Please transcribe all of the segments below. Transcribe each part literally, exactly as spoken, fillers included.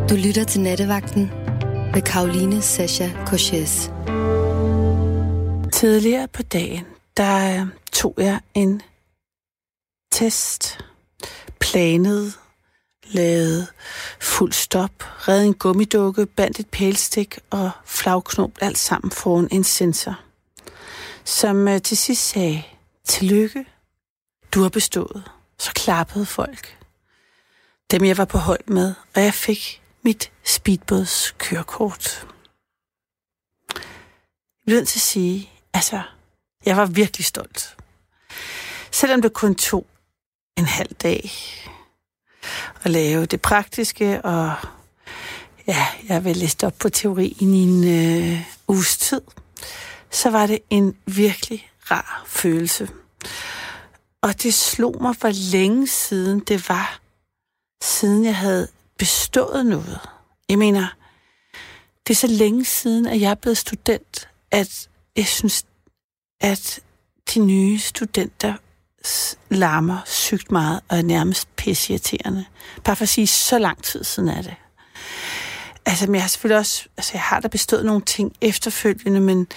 Du lytter til Nattevagten med Caroline Sascha Corchès. Tidligere på dagen, der tog jeg en test, planede, lavede fuld stop, redde en gummidukke, bandt et pælstik og flagknop, alt sammen foran en sensor, som øh, til sidst sagde, tillykke, du har bestået. Så klappede folk. Dem jeg var på hold med, og jeg fik mit speedbåds kørekort. Jeg bliver nødt til at sige, altså, jeg var virkelig stolt. Selvom det kun tog en halv dag at lave det praktiske, og ja, jeg vil læse op på teorien i en øh, uges tid, så var det en virkelig rar følelse. Og det slog mig, hvor længe siden det var, siden jeg havde bestået noget. Jeg mener, det er så længe siden, at jeg er blevet student, at jeg synes, at de nye studenter larmer sygt meget og er nærmest pisseirriterende. Bare for at sige, så lang tid siden er det. Altså, men jeg har selvfølgelig også, altså jeg har da bestået nogle ting efterfølgende, men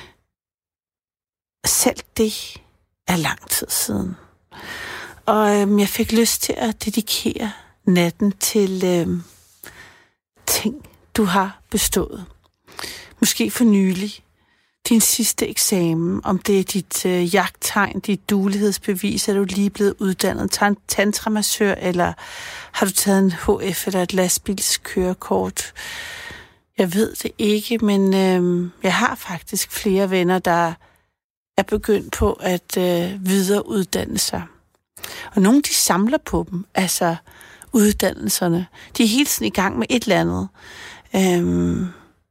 selv det er lang tid siden. Og øhm, jeg fik lyst til at dedikere natten til øhm, ting, du har bestået. Måske for nylig. Din sidste eksamen, om det er dit øh, jagttegn, dit duelighedsbevis, er du lige blevet uddannet tan- tantramassør, eller har du taget en H F eller et lastbilskørekort? Jeg ved det ikke, men øh, jeg har faktisk flere venner, der er begyndt på at øh, videreuddanne sig. Og nogle, de samler på dem, altså uddannelserne. De er hele tiden i gang med et eller andet. Øhm,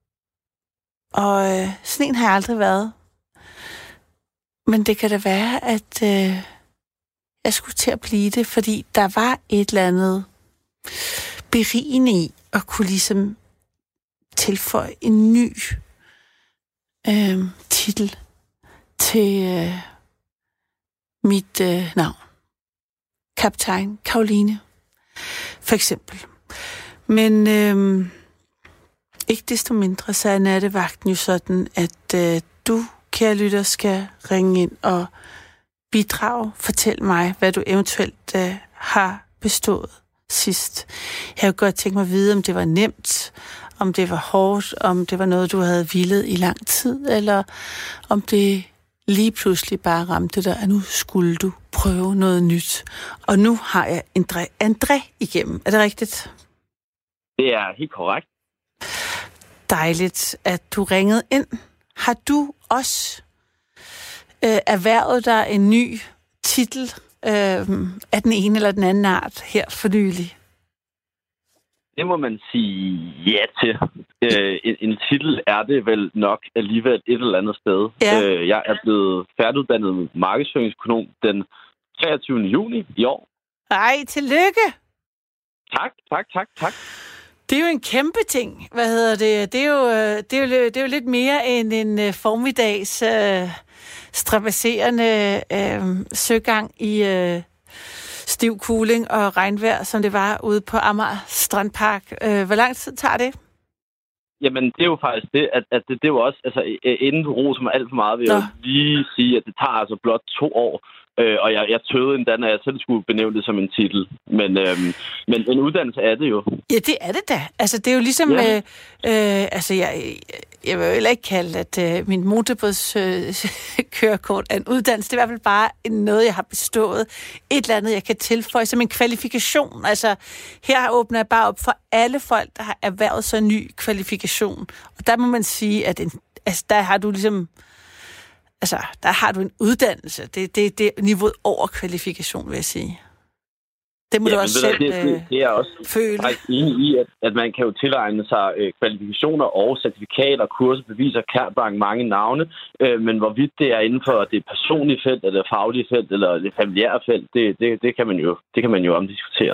og øh, sådan en har jeg aldrig været. Men det kan da være, at øh, jeg skulle til at blive det, fordi der var et eller andet berigende i at kunne ligesom tilføje en ny øh, titel til øh, mit øh, navn. Kaptajn Caroline, for eksempel. Men øh, ikke desto mindre, så er nattevagten jo sådan, at øh, du, kære lytter, skal ringe ind og bidrage. Fortæl mig, hvad du eventuelt øh, har bestået sidst. Jeg har godt tænkt mig at vide, om det var nemt, om det var hårdt, om det var noget, du havde villet i lang tid, eller om det lige pludselig bare ramte dig, at nu skulle du prøve noget nyt. Og nu har jeg André, André igennem. Er det rigtigt? Det er helt korrekt. Dejligt, at du ringede ind. Har du også øh, erhvervet dig en ny titel øh, af den ene eller den anden art her for nylig? Det må man sige ja til. Øh, en, en titel er det vel nok alligevel et eller andet sted. Ja. Øh, jeg er blevet færdiguddannet markedsføringsøkonom den treogtyvende juni i år. Ej, tillykke! Tak, tak, tak, tak. Det er jo en kæmpe ting. Hvad hedder det? Det er jo, det er jo, det er jo lidt mere end en formiddags øh, strabasserende øh, søgang i øh, stiv kuling og regnvejr, som det var ude på Amager Strandpark. Øh, hvor lang tid tager det? Jamen, det er jo faktisk det, at, at det, det er jo også, altså, inden du roser mig alt for meget, vil jeg lige sige, at det tager altså blot to år. Øh, og jeg, jeg tøvede endda, når jeg selv skulle benævne det som en titel. Men, øhm, men en uddannelse er det jo. Ja, det er det da. Altså, det er jo ligesom... Ja. Øh, øh, altså, jeg, jeg vil jo heller ikke kalde, at øh, min motorbådskørekort er en uddannelse. Det er i hvert fald bare noget, jeg har bestået. Et eller andet, jeg kan tilføje som en kvalifikation. Altså, her åbner jeg bare op for alle folk, der har erhvervet sig en ny kvalifikation. Og der må man sige, at en, altså, der har du ligesom... Altså, der har du en uddannelse. Det, det, det er niveauet over kvalifikation, vil jeg sige. Det må ja, du også selv det, det, det er også føle. Jeg er faktisk enig i, at, at man kan jo tilegne sig øh, kvalifikationer og certifikater, kurser, beviser, kærbank, mange navne. Øh, men hvorvidt det er inden for det personlige felt, eller det faglige felt, eller det familiære felt, det, det, det, kan, man jo, det kan man jo omdiskutere.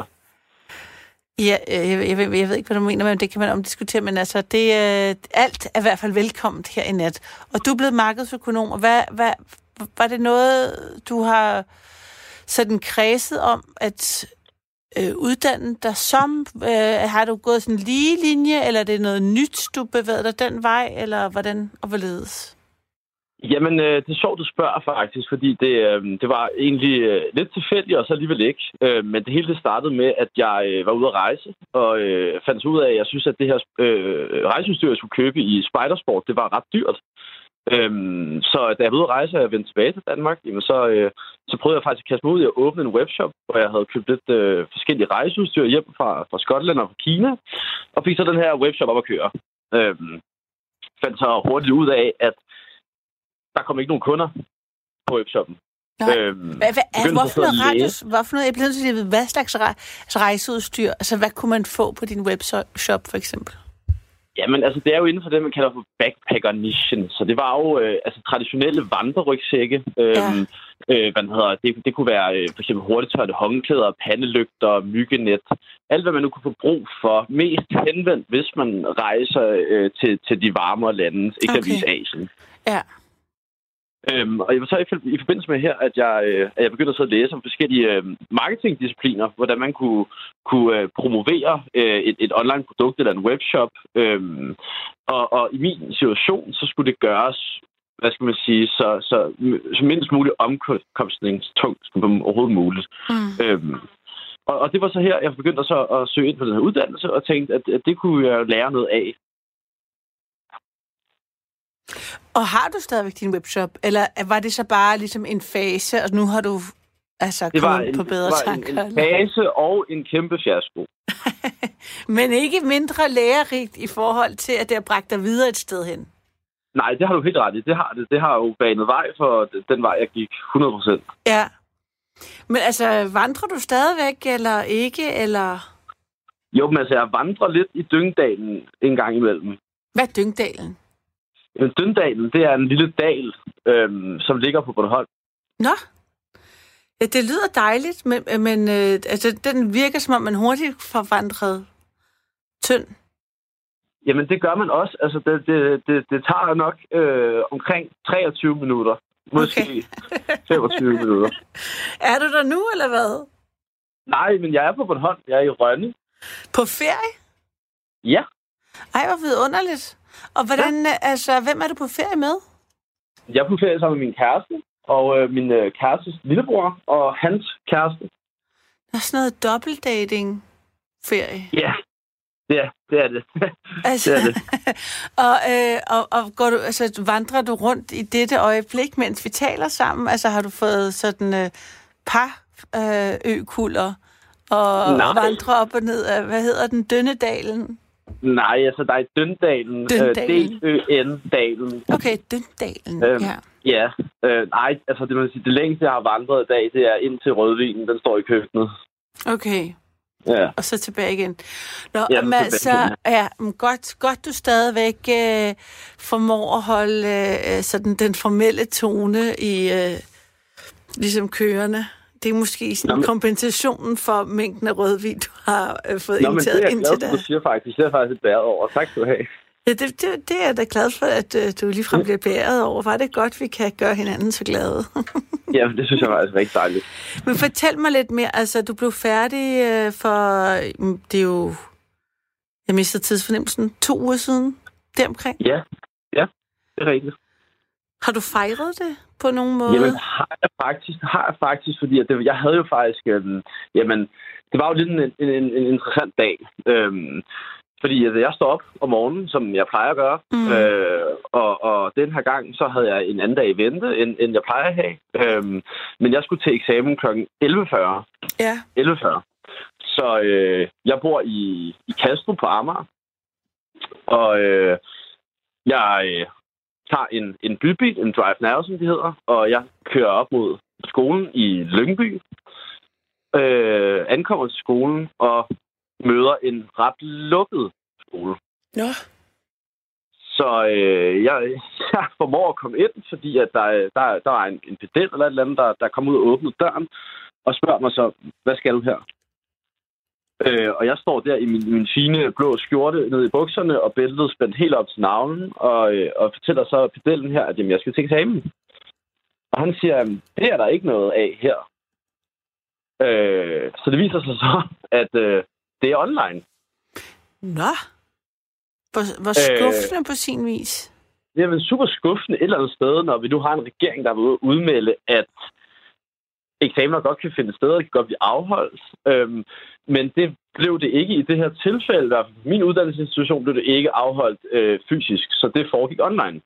Ja, jeg, jeg, jeg, jeg ved ikke, hvad du mener, men det kan man omdiskutere, men altså, det, øh, alt er i hvert fald velkomment her i nat. Og du er blevet markedsøkonom, og hvad, hvad, var det noget, du har sådan kredset om, at øh, uddannet dig som? Øh, har du gået sådan en lige linje, eller er det noget nyt, du bevæger dig den vej, eller hvordan og hvorledes? Jamen, øh, det er sjovt, du spørger faktisk, fordi det, øh, det var egentlig øh, lidt tilfældigt, og så alligevel ikke. Øh, men det hele det startede med, at jeg øh, var ude at rejse, og øh, fandt ud af, at jeg synes, at det her øh, rejseudstyr, jeg skulle købe i Spejdersport, det var ret dyrt. Øhm, så da jeg var ude at rejse, og jeg vendte tilbage til Danmark, jamen så, øh, så prøvede jeg faktisk at kaste mig ud i at åbne en webshop, hvor jeg havde købt lidt øh, forskellige rejseudstyr hjem fra, fra Skotland og fra Kina, og fik så den her webshop op at køre. Øhm, fandt så hurtigt ud af, at der kom ikke nogen kunder på webshoppen. Øhm, hvad, hvad, altså, hvorfor noget radius? Hvorfor noget, jeg bliver nødt til at vide, hvad slags rejseudstyr? Altså, hvad kunne man få på din webshop, for eksempel? Jamen, altså, det er jo inden for det, man kalder for backpacker-nichen. Så det var jo øh, altså, traditionelle vandrerygsække. Øh, ja. øh, hvad hedder, det, det kunne være øh, for eksempel hurtigtørrede håndklæder, pandelygter, myggenet. Alt, hvad man nu kunne få brug for. Mest henvendt, hvis man rejser øh, til, til de varmere lande, eksempelvis okay. Asien. Ja. Øhm, og jeg var så i, i forbindelse med her, at jeg, øh, at jeg begyndte at sidde og læse om forskellige øh, marketingdiscipliner, hvordan man kunne, kunne øh, promovere øh, et, et online produkt eller en webshop. Øhm, og, og i min situation, så skulle det gøres, hvad skal man sige, så, så, så mindst muligt omkostningstungt som overhovedet muligt. Mm. Øhm, og, og det var så her, jeg begyndte så at søge ind på den her uddannelse, og tænkte, at, at det kunne jeg lære noget af. Og har du stadigvæk din webshop, eller var det så bare ligesom en fase, og nu har du altså kommet på bedre tanker? Det var en, en fase og en kæmpe fiasko. Men ikke mindre lærerigt i forhold til, at det har bragt dig videre et sted hen? Nej, det har du helt ret i. Det har, det, det har jo banet vej for den vej, jeg gik hundrede procent. Ja. Men altså, vandrer du stadigvæk, eller ikke, eller? Jo, men altså, jeg vandrer lidt i Dyngdalen en gang imellem. Hvad er Dyngdalen? Dyngdalen, det er en lille dal, øhm, som ligger på Bornholm. Nå, ja, det lyder dejligt, men, men øh, altså, den virker, som om man hurtigt får vandret tynd. Jamen, det gør man også. Altså, det, det, det, det tager nok øh, omkring treogtyve minutter. Måske okay. femogtyve minutter. Er du der nu, eller hvad? Nej, men jeg er på Bornholm. Jeg er i Rønne. På ferie? Ja. Ej, hvor vidunderligt. Og hvordan, ja. altså, hvem er du på ferie med? Jeg er på ferie sammen med min kæreste, og øh, min øh, kærestes lillebror, og hans kæreste. Der er sådan noget dobbeltdating-ferie. Ja, det er det. Er det. Altså, det, er det. og, øh, og, og går du, altså, vandrer du rundt i dette øjeblik, mens vi taler sammen? Altså, har du fået sådan øh, par øh, økulder og, og vandrer op og ned af, hvad hedder den, Dønnedalen? Nej, altså der er Døndalen. Døndalen. D Ø N-dalen. Okay, Døndalen, øhm, ja. Ja, øh, nej, altså det, man sige, det længste, jeg har vandret i dag, det er ind til rødvinen. Den står i køkkenet. Okay. Ja. Og så tilbage igen. Nå, ja, men altså, ja, godt, godt du stadigvæk øh, formår at holde øh, sådan den formelle tone i øh, ligesom kørende. Det er måske sådan Nå, men... kompensationen for mængden af rødvin, du har øh, fået Nå, indtaget indtil da. Nå, men det er jeg glad for, du siger faktisk. Det er faktisk et bæret over. Tak skal du have. Ja, det, det, det er jeg da glad for, at øh, du ligefrem bliver bæret over. Var det godt, vi kan gøre hinanden så glade? Ja, det synes jeg var altså rigtig dejligt. Men fortæl mig lidt mere. Altså, du blev færdig øh, for... Det er jo... Jeg mistede tidsfornemmelsen. To uger siden? Deromkring? Ja, ja, det er rigtigt. Har du fejret det på nogen måde? Jamen, har jeg faktisk, har jeg faktisk fordi at det, jeg havde jo faktisk... Øh, jamen, det var jo lidt en, en, en, en interessant dag. Øhm, Fordi altså, jeg står op om morgenen, som jeg plejer at gøre, mm. øh, og, og den her gang, så havde jeg en anden dag i vente, end, end jeg plejer at have. Øhm, men jeg skulle til eksamen klokken elleve fyrre. Ja. elleve fyrre. Så øh, jeg bor i, i Kastrup på Amager, og øh, jeg øh, tager en, en bybil, en Drive Now, som det hedder, og jeg kører op mod skolen i Lyngby, øh, ankommer til skolen, og møder en ret lukket skole. Ja. Så øh, jeg, jeg formår at komme ind, fordi at der, der, der er en, en pedel eller et eller andet, der, der kommer ud og åbner døren, og spørger mig så, hvad skal du her? Øh, og jeg står der i min, min fine blå skjorte nede i bukserne, og bæltet spændt helt op til navlen, og, øh, og fortæller så pedellen her, at jamen, jeg skal til eksamen. Og han siger, det er der ikke noget af her. Øh, så det viser sig så, at øh, det er online. Nå, hvor, hvor skuffende øh, på sin vis. Det er vel super skuffende et eller andet sted, når vi nu har en regering, der vil udmelde, at eksamener godt kan finde steder, kan godt blive afholdt. Øhm, men det blev det ikke i det her tilfælde. I hvert fald på min uddannelsesinstitution blev det ikke afholdt øh, fysisk, så det foregik online.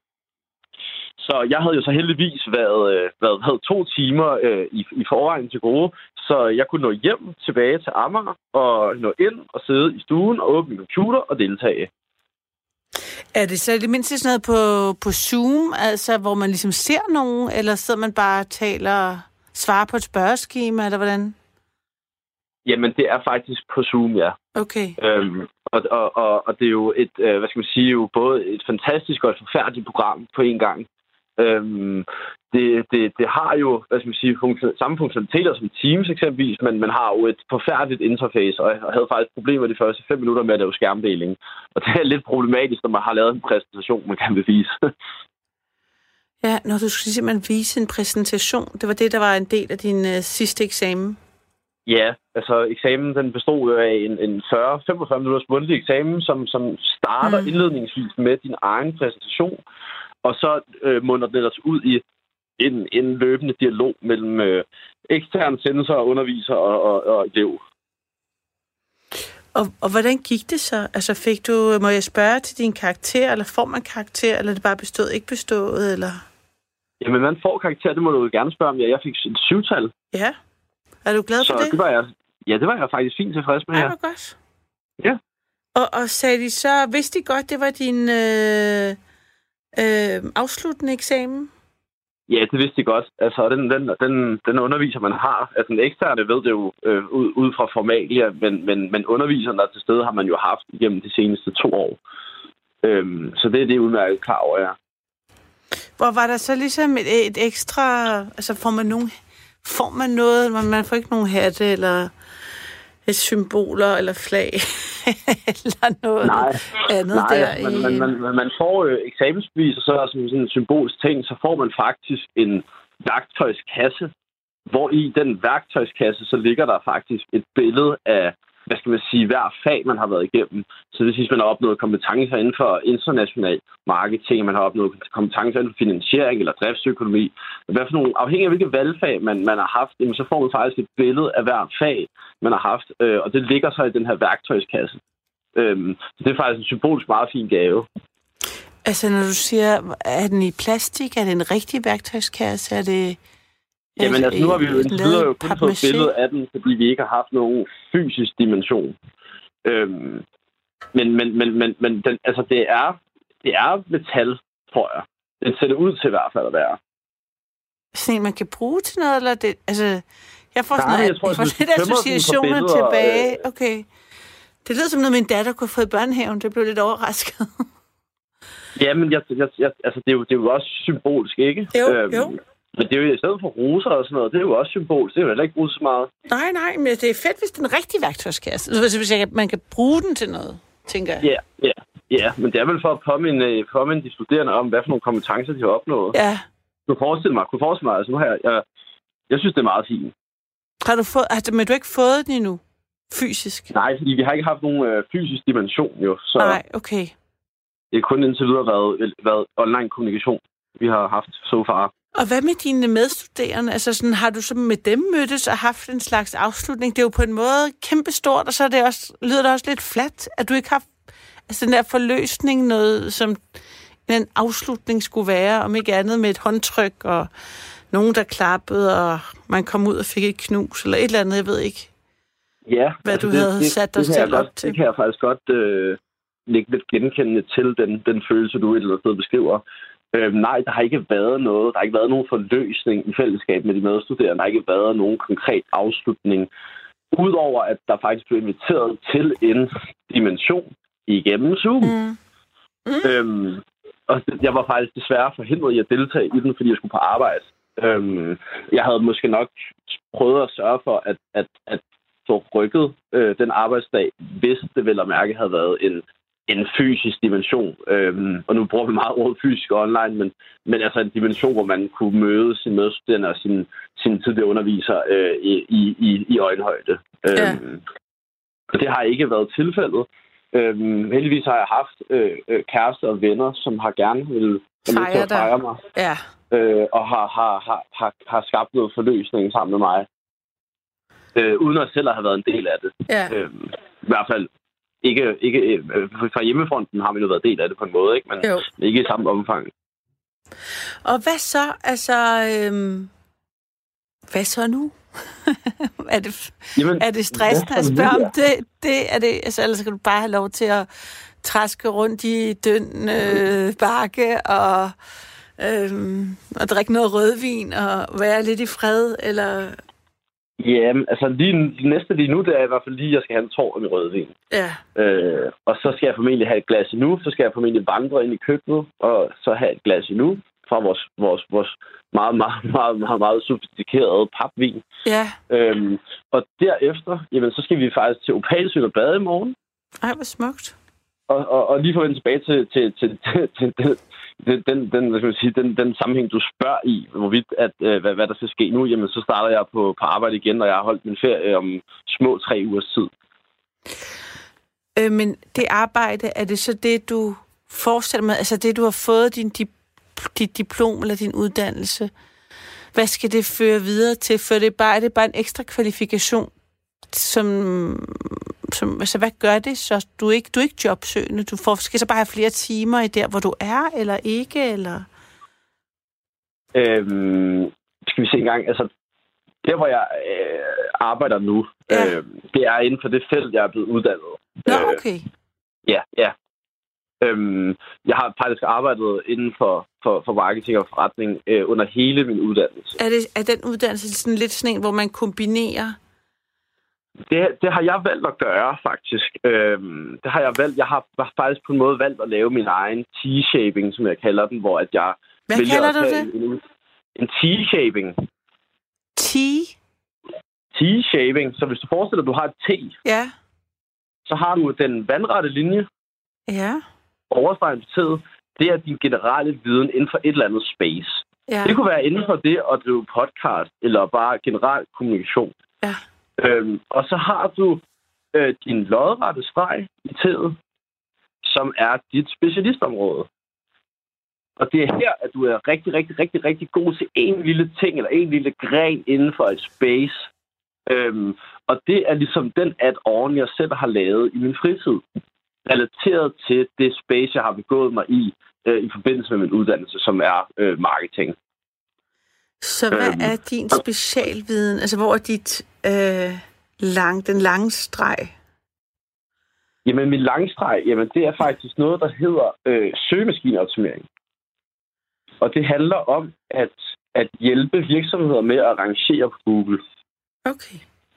Så jeg havde jo så heldigvis været, øh, været, været to timer øh, i, i forvejen til gode, så jeg kunne nå hjem tilbage til Amager og nå ind og sidde i stuen og åbne min computer og deltage. Er det så det mindste sådan noget på, på Zoom, altså hvor man ligesom ser nogen, eller sidder man bare og taler, svarer på et spørgeskema, eller hvordan? Jamen, det er faktisk på Zoom, ja. Okay. Øhm, og, og, og, og det er jo et, øh, hvad skal man sige, jo både et fantastisk og et forfærdeligt program på en gang. Øhm, det, det, det har jo, hvad skal man sige, funktion, samme funktionaliteter som Teams eksempelvis, men man har jo et forfærdeligt interface, og jeg havde faktisk problemer de første fem minutter med at lave skærmdeling. Og det er lidt problematisk, når man har lavet en præsentation, man kan bevise. Ja, når du skulle simpelthen vise en præsentation, det var det, der var en del af din uh, sidste eksamen? Ja, altså eksamen den bestod af en, en fyrre til femogfyrre minutters mundtlig eksamen, som, som starter mm. indledningsvis med din egen præsentation, og så øh, munder det os ud i en, en løbende dialog mellem øh, eksterne censor og underviser og, og, og elev. Og, og hvordan gik det så? Altså fik du, må jeg spørge til din karakter, eller får man karakter, eller er det bare bestået, ikke bestået, eller? Jamen, man får karakter, det må du jo gerne spørge om. Ja, jeg fik et syvtal. Ja. Er du glad så for det? det var jeg, ja, det var jeg faktisk fint tilfreds med. Ja, det var godt. Ja. Og, og sagde de så, vidste de godt, det var din øh, øh, afsluttende eksamen? Ja, det vidste de godt. Altså, den, den, den, den underviser, man har, altså den eksterne ved det jo øh, ud, ud fra formalia, men, men, men underviseren, der er til stede, har man jo haft igennem de seneste to år. Øhm, så det er det udmærket klar over, ja. Hvor var der så ligesom et, et ekstra, altså får man nogen, får man noget, man får ikke nogen hatte, eller et symboler, eller flag, eller noget nej, andet nej, der? Man, i... man, man, man får øh, eksamensbevis, og så som sådan en symbolsk ting, så får man faktisk en værktøjskasse, hvor i den værktøjskasse, så ligger der faktisk et billede af, hvad skal man sige, hver fag, man har været igennem. Så det vil man har opnået kompetencer inden for international marketing, man har opnået kompetencer inden for finansiering eller driftsøkonomi. Hvad for nogle, afhængig af hvilke valgfag man, man har haft, jamen, så får man faktisk et billede af hver fag, man har haft, øh, og det ligger så i den her værktøjskasse. Øhm, så det er faktisk en symbolisk meget fin gave. Altså, når du siger, er den i plastik? Er det en rigtig værktøjskasse? Er det... Jamen altså, nu har vi jo indtil videre jo kun fået et billede af den, fordi vi ikke har haft nogen fysisk dimension. Øhm, men men, men, men, men den, altså, det er, det er metal, tror jeg. Den ser det ud til i hvert fald at være. Sådan en, man kan bruge til noget, eller det... Altså, jeg får sådan Nej, noget, jeg tror, jeg får lidt associationer tilbage. Øh... Okay. Det lyder som noget, min datter kunne få i børnehaven. Det blev lidt overrasket. Jamen, jeg, jeg, jeg, altså, det, er jo, det er jo også symbolsk, ikke? Jo, øhm, jo. Men det er jo i stedet for roser og sådan noget, det er jo også symbolsk. Det er jo heller ikke brugt så meget. Nej, nej, men det er fedt, hvis det er en rigtig værktøjskasse. Altså, hvis jeg, man kan bruge den til noget, tænker jeg. Ja, ja, ja. Men det er vel for at påminde, påminde de studerende om, hvad for nogle kompetencer de har opnået. Ja. Du kan forestille mig, kunne forestille mig, altså nu her, jeg, jeg synes, det er meget fint. Har du fået, altså, men du har ikke fået den endnu? Fysisk? Nej, fordi vi har ikke haft nogen øh, fysisk dimension, jo. Så nej, okay. Det er kun indtil videre været, været online kommunikation, vi har haft so far. Og hvad med dine medstuderende? Altså sådan, har du så med dem mødtes og haft en slags afslutning? Det er jo på en måde kæmpestort, og så er det også, lyder det også lidt fladt, at du ikke har altså den der forløsning, noget som en afslutning skulle være, om ikke andet med et håndtryk, og nogen, der klappede, og man kom ud og fik et knus, eller et eller andet, jeg ved ikke. Ja. Hvad altså du det, havde det, sat dig selv op til. Det kan jeg faktisk godt øh, lægge lidt genkendende til, den, den følelse, du et eller andet sted beskriver. Øhm, nej, der har ikke været noget. Der har ikke været nogen forløsning i fællesskab med de medstuderende. Der har ikke været nogen konkret afslutning. Udover at der faktisk blev inviteret til en dimension igennem Zoom. Mm. Mm. Øhm, og jeg var faktisk desværre forhindret i at deltage i den, fordi jeg skulle på arbejde. Øhm, jeg havde måske nok prøvet at sørge for, at, at, at få rykket øh, den arbejdsdag, hvis det vel at mærke havde været en en fysisk dimension. Øhm, og nu bruger vi meget ordet fysisk og online, men, men altså en dimension, hvor man kunne møde sine medstuderende og sine, sine tidligere undervisere øh, i, i, i øjenhøjde. Ja. Øhm, og det har ikke været tilfældet. Øhm, heldigvis har jeg haft øh, øh, kærester og venner, som har gerne vil fejre dig. fejre mig. Ja. Øh, og har, har, har, har, har skabt noget forløsning sammen med mig. Øh, uden at selv have været en del af det. Ja. Øh, I hvert fald ikke, ikke øh, fra hjemmefronten har vi jo været del af det på en måde, ikke? Men jo. Ikke i samme omfang. Og hvad så? Altså, øhm, hvad så nu? er, det, Jamen, er det stressende at spørge om det? det, er det altså, ellers kan du bare have lov til at traske rundt i døn øh, bakke og, øhm, og drikke noget rødvin og være lidt i fred, eller... Ja, altså lige, næste lige nu, det er i hvert fald lige, at jeg skal have en tår med rødvin. Ja. Øh, og så skal jeg formentlig have et glas endnu, så skal jeg formentlig vandre ind i køkkenet, og så have et glas endnu fra vores, vores, vores meget, meget, meget, meget, meget sofistikerede papvin. Ja. Øhm, og derefter, jamen, så skal vi faktisk til Opalsøen og bade i morgen. Ej, hvor smukt. Og, og, og lige få vende tilbage til, til, til, til, til, til Den, den, den, hvad skal man sige, den, den sammenhæng, du spørger i, hvorvidt, at, øh, hvad, hvad der skal ske nu, jamen så starter jeg på, på arbejde igen, og jeg har holdt min ferie om små tre ugers tid. Øh, men det arbejde, er det så det, du forestiller med, altså det, du har fået din dip- dit diplom eller din uddannelse, hvad skal det føre videre til? For det er bare, er det bare en ekstra kvalifikation, som... Som, altså, hvad gør det så? Du er ikke, du er ikke jobsøgende. Du får, skal så bare have flere timer i der, hvor du er, eller ikke, eller? Øhm, skal vi se en gang. Altså, der, hvor jeg øh, arbejder nu, ja. øh, det er inden for det felt, jeg er blevet uddannet. Nå, okay. Øh, ja, ja. Øhm, jeg har faktisk arbejdet inden for, for, for marketing og forretning øh, under hele min uddannelse. Er, det, er den uddannelse sådan lidt sådan en, hvor man kombinerer? Det, det har jeg valgt at gøre, faktisk. Øhm, det har jeg valgt. Jeg har faktisk på en måde valgt at lave min egen T-shaping, som jeg kalder den, hvor at jeg... Hvad kalder du det? En, en T-shaping. T? T-shaping. Så hvis du forestiller, at du har et T, ja. Så har du den vandrette linje. Ja. Overstregen på T'et. Det er din generelle viden inden for et eller andet space. Ja. Det kunne være inden for det at drive podcast, eller bare generel kommunikation. Ja. Øhm, og så har du øh, din lodrette streg i T'et, som er dit specialistområde. Og det er her, at du er rigtig, rigtig, rigtig, rigtig god til en lille ting, eller en lille gren inden for et space. Øhm, og det er ligesom den add-on, jeg selv har lavet i min fritid, relateret til det space, jeg har begået mig i, øh, i forbindelse med min uddannelse, som er øh, marketing. Så hvad øhm, er din specialviden? Altså, hvor er dit øh, lang, den lange streg? Jamen, min lange streg, jamen, det er faktisk noget, der hedder øh, søgemaskineoptimering. Og det handler om at, at hjælpe virksomheder med at rangere på Google. Okay.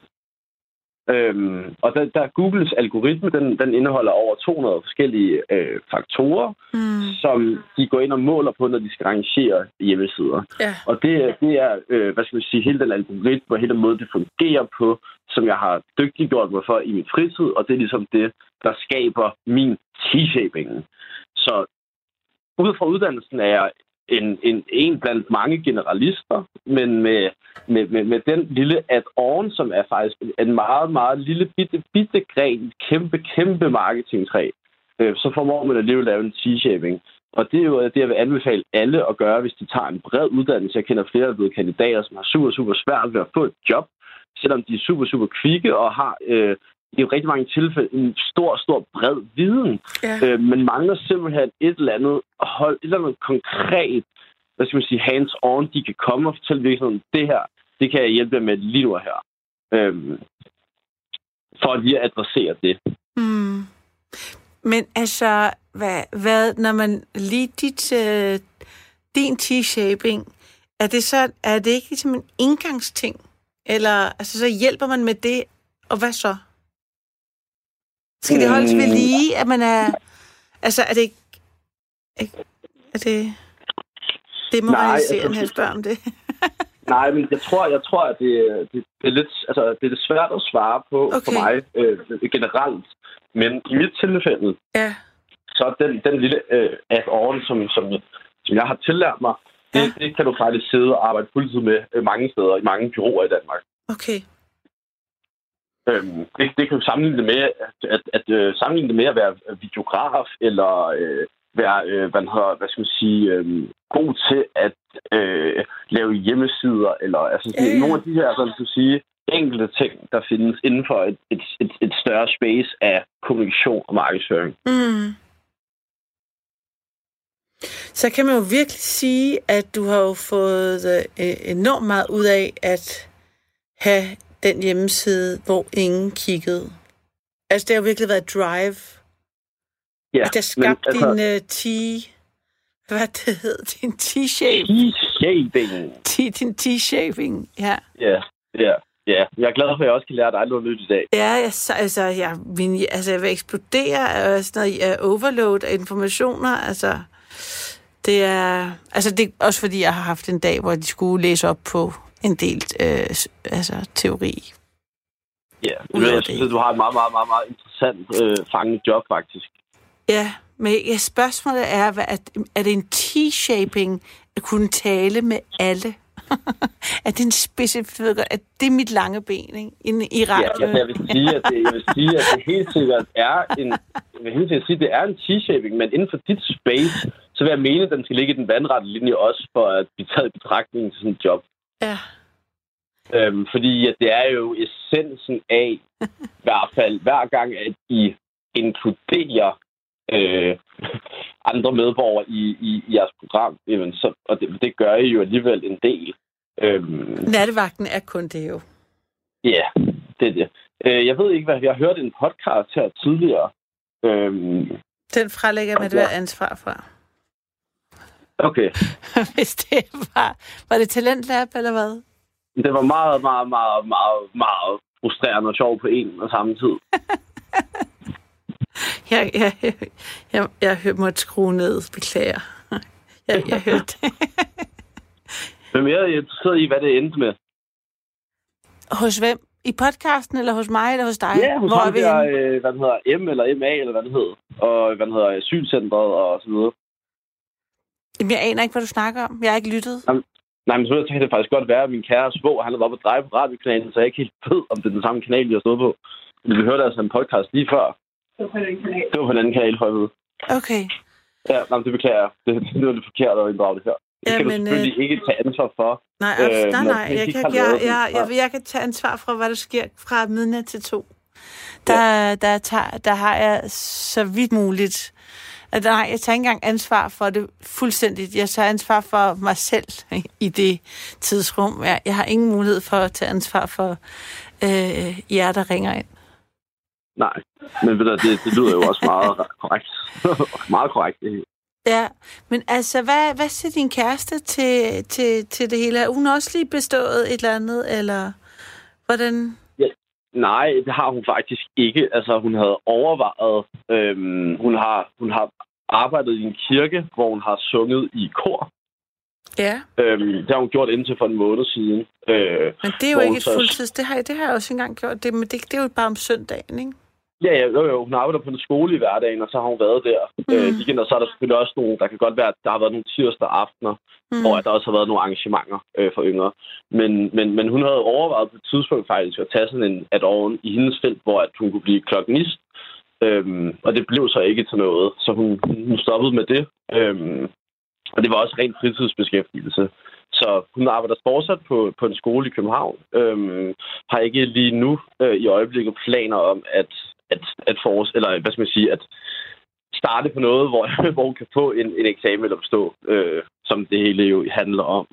Øhm, og der, der Googles algoritme, den, den indeholder over to hundrede forskellige øh, faktorer, mm. som de går ind og måler på, når de skal rangere hjemmesider. Ja. Og det, det er, øh, hvad skal vi sige, hele den algoritme og hele den måde, det fungerer på, som jeg har dygtiggjort mig for i min fritid, og det er ligesom det, der skaber min T-shaping. Så ud fra uddannelsen er jeg En, en, en blandt mange generalister, men med, med, med, med den lille add-on, som er faktisk en meget, meget lille bitte, bitte gren, kæmpe, kæmpe marketingtræ, øh, så formår man alligevel at lave en T-shaping. Og det er jo det, jeg vil anbefale alle at gøre, hvis de tager en bred uddannelse. Jeg kender flere af de kandidater, som har super, super svært ved at få et job, selvom de er super, super kvikke og har øh, i rigtig mange tilfælde en stor, stor, bred viden. Ja. Øh, men mangler simpelthen et eller andet hold, et eller andet konkret, hvad skal man sige, hands-on, de kan komme og fortælle virksomheden, det her, det kan jeg hjælpe med lige nu her. Øhm, for at lige at adressere det. Mm. Men altså, hvad, hvad, når man lige dit, øh, din T-shaping, er det så, er det ikke ligesom en indgangsting? Eller, altså, så hjælper man med det, og hvad så? Skal det holdes ved lige, at man er... Altså, er det ikke... Er det... Det må man se, at jeg spørger om det. Nej, men jeg tror, jeg tror at det, det, det, er lidt, altså, det er lidt svært at svare på okay. For mig øh, generelt. Men i mit tilfælde, ja. så den, den lille øh, add-on, som, som, som jeg har tillært mig, det, ja. det kan du faktisk sidde og arbejde fuldtid med øh, mange steder, i mange bureauer i Danmark. Okay. Øhm, det, det kan du sammenligne det med, at, at, at øh, sammenligne det med at være videograf, eller øh, være, øh, hvad, hedder, hvad skal man sige, øh, god til at øh, lave hjemmesider, eller altså sådan, yeah. nogle af de her, sådan at sige, enkelte ting, der findes inden for et, et, et, et større space af kommunikation og markedsføring. Mm. Så kan man jo virkelig sige, at du har jo fået øh, enormt meget ud af at have den hjemmeside, hvor ingen kiggede. Altså, det har jo virkelig været drive. Ja, at der skabte altså, din uh, T... Hvad det hed? Din T-shape. T-shaping. Din T-shaping, ja. Ja, ja. Ja, jeg er glad for, at jeg også kan lære dig noget nyt i dag. Ja, jeg, altså, jeg, min, altså, jeg vil eksplodere af sådan noget uh, overload af informationer. Altså, det er... Altså, det er også fordi, jeg har haft en dag, hvor de skulle læse op på en del øh, altså, teori. Ja, jeg synes, at du har et meget, meget, meget, meget interessant øh, fanget job, faktisk. Ja, men ja, spørgsmålet er, hvad, er, er det en T-shaping at kunne tale med alle? Er det en specifik... Er det mit lange ben, ikke? I, i radio? Ja, jeg vil sige, at det, jeg vil sige, at det helt sikkert er en... Jeg vil helt sikkert sige, at det er en T-shaping, men inden for dit space, så vil jeg mene, at den skal ligge i den vandrette linje også, for at blive taget i betragtning til sådan et job. Ja. Øhm, fordi at det er jo essensen af, i hvert fald hver gang, at I inkluderer øh, andre medborgere i, i, i jeres program, jamen, så, og det, det gør I jo alligevel en del. Øhm, Nattevagten er kun det jo. Ja, det er det. Øh, jeg ved ikke, hvad jeg hørte en podcast her tidligere. Øhm, Den frelægger man et hvert ansvar fra. Okay. Hvis det var... Var det Talentlab, eller hvad? Det var meget, meget, meget, meget, meget frustrerende og sjovt på en og samme tid. jeg, jeg, jeg, jeg, jeg måtte skrue ned, beklager. Jeg, jeg hørte det. Hvem er jeg interesseret i, hvad det endte med? Hos hvem? I podcasten, eller hos mig, eller hos dig? Ja, hos Hvor ham der, øh, hvad den hedder, M eller M A, eller hvad det hedder. Og hvad den hedder, asylcentret og så videre. Jamen, jeg aner ikke, hvad du snakker om. Jeg har ikke lyttet. Jamen, nej, men så kan det faktisk godt være, at min kære svog, han har været oppe at dreje på radiokanalen, så jeg er ikke helt ved, om det er den samme kanal, jeg har stået på. Men vi hørte altså en podcast lige før. Det var på en anden kanal. Det var på en anden kanal, for jeg ved. Okay. Ja, nej, det beklager jeg. Det, det var lidt forkert at inddrage det her. Det ja, kan men, du selvfølgelig øh... ikke tage ansvar for. Nej, øh, nej, nej. Jeg kan, jeg, jeg, jeg, jeg kan tage ansvar for, hvad der sker fra midnat til to. Der, ja. der, tager, der har jeg så vidt muligt... Nej, jeg tager ikke engang ansvar for det fuldstændigt. Jeg tager ansvar for mig selv i det tidsrum. Jeg, jeg har ingen mulighed for at tage ansvar for øh, jer, der ringer ind. Nej, men ved du, det, det lyder jo også meget korrekt. meget korrekt, det her. Ja, men altså, hvad, hvad siger din kæreste til, til, til det hele? Er hun også lige bestået et eller andet, eller hvordan... Ja, nej, det har hun faktisk ikke. Altså, hun havde overvejet... Øhm, hun, har, hun har arbejdet i en kirke, hvor hun har sunget i kor. Ja. Øhm, det har hun gjort indtil for en måned siden. Øh, men det er jo ikke et fuldtids... Det har, jeg, det har jeg også engang gjort. Det, men det, det er jo bare om søndagen, ikke? Ja, ja, jo, jo. Hun arbejder på en skole i hverdagen, og så har hun været der. Mm. Øh, weekend, og så er der selvfølgelig også nogle... Der kan godt være, at der har været nogle tirsdag aftener, mm. hvor der også har været nogle arrangementer øh, for yngre. Men, men, men hun havde overvejet på et tidspunkt faktisk at tage sådan en add-on i hendes felt, hvor at hun kunne blive klokkenist. Øhm, og det blev så ikke til noget. Så hun, hun stoppede med det. Øhm, og det var også rent fritidsbeskæftigelse. Så hun arbejder fortsat på, på en skole i København. Øhm, har ikke lige nu øh, i øjeblikket planer om at, at, at, for, eller, hvad skal man sige, at starte på noget, hvor, hvor hun kan få en, en eksamen eller bestå, øh, som det hele jo handler om.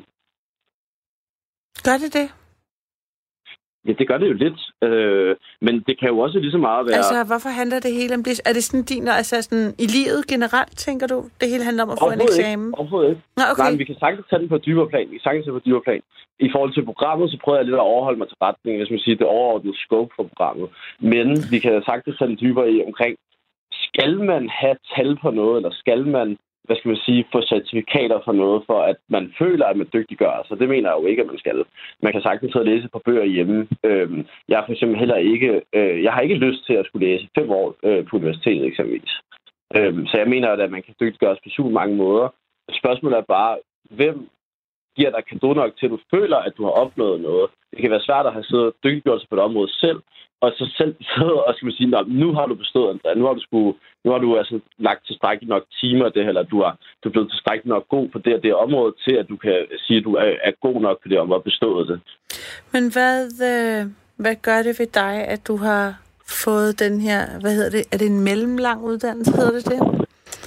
Gør det det? Ja, det gør det jo lidt. Øh, men det kan jo også lige så meget være... Altså, hvorfor handler det hele om det? Er det sådan din... Altså, sådan, i livet generelt, tænker du, det hele handler om at få en eksamen? Ikke. Overhovedet ikke. Nå, okay. Nej, men vi kan sagtens tage den på et dybere plan. Vi kan sagtens tage den på et dybere plan. I forhold til programmet, så prøver jeg lidt at overholde mig til retning, hvis man siger, det overordnede scope for programmet. Men vi kan sagtens tage den dybere i omkring, skal man have tal på noget, eller skal man, hvad skal man sige, få certifikater for noget, for at man føler, at man dygtiggør sig? Det mener jeg jo ikke, at man skal. Man kan sagtens sidde og læse på bøger hjemme. Jeg er for eksempel heller ikke, jeg har ikke lyst til at skulle læse fem år på universitetet eksempelvis. Øhm, så jeg mener, at man kan dygtiggøres på super mange måder. Spørgsmålet er bare, hvem giver dig kado nok til, at du føler, at du har opnået noget. Det kan være svært at have siddet og dygtiggjort sig på et område selv, og så selv sidde og skal man sige, nu har du bestået, Andrea. Nu har du, sku, nu har du altså lagt tilstrækkeligt nok timer det her, eller du, har, du er blevet tilstrækkeligt nok god på det og det område, til at du kan sige, at du er, er god nok på det område og bestået det. Men hvad, øh, hvad gør det ved dig, at du har fået den her, hvad hedder det, er det en mellemlang uddannelse, hedder det det?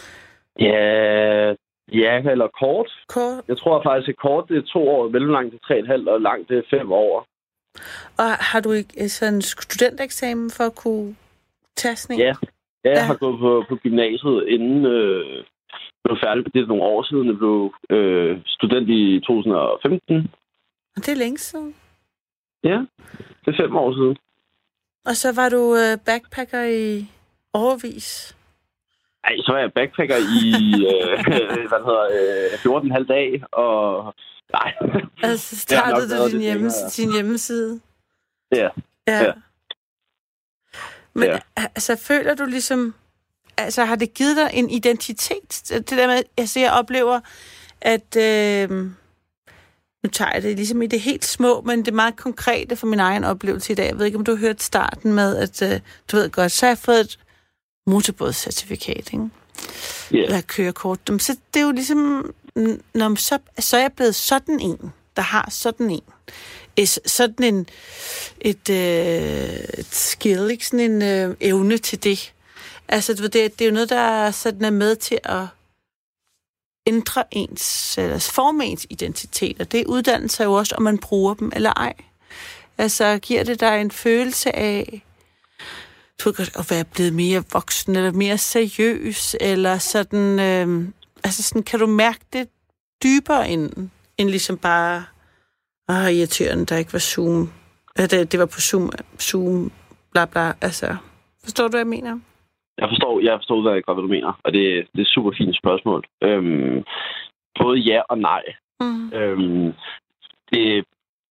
Ja, ja, eller kort. Kort? Jeg tror faktisk, at kort det er to år, mellemlangt det er tre og et halvt, og langt det er fem år. Og har du ikke sådan en studentereksamen for at kunne tage sådan en? Ja, ja jeg ja. har gået på, på gymnasiet inden øh, jeg blev færdig. Det er nogle år siden. Jeg blev øh, student i to tusind og femten. Og det er længe siden? Ja, det er fem år siden. Og så var du øh, backpacker i årevis? Nej, så var jeg backpacker i øh, hvad det hedder, øh, fjorten komma fem dage, og nej. Altså startede du din, hjemme, din hjemmeside? Ja. Ja. ja. Men ja. altså, føler du ligesom, altså har det givet dig en identitet? Det der med, altså jeg oplever, at, øh, nu tager jeg det ligesom i det helt små, men det er meget konkrete for min egen oplevelse i dag. Jeg ved ikke, om du har hørt starten med, at øh, du ved godt, så har jeg fået et motorbådscertifikat, ikke? Yeah. Eller kørekort. Så det er jo ligesom, når så, så er jeg blevet sådan en, der har sådan en. Sådan en et, øh, et skill, ikke? Sådan en øh, evne til det. Altså, det, det er jo noget, der sådan er med til at ændre ens, eller forme ens identitet, og det uddanner sig jo også, om man bruger dem eller ej. Altså, giver det dig en følelse af du ved godt, at være blevet mere voksen, eller mere seriøs, eller sådan, øh, altså sådan, kan du mærke det dybere end, end ligesom bare, åh, irriterende, der ikke var Zoom, det, det var på Zoom, Zoom, bla bla, altså, forstår du, hvad jeg mener? Jeg forstår, jeg forstår udmærket godt, hvad du mener, og det, det er et super fint spørgsmål. Øhm, både ja og nej. Mm. Øhm, det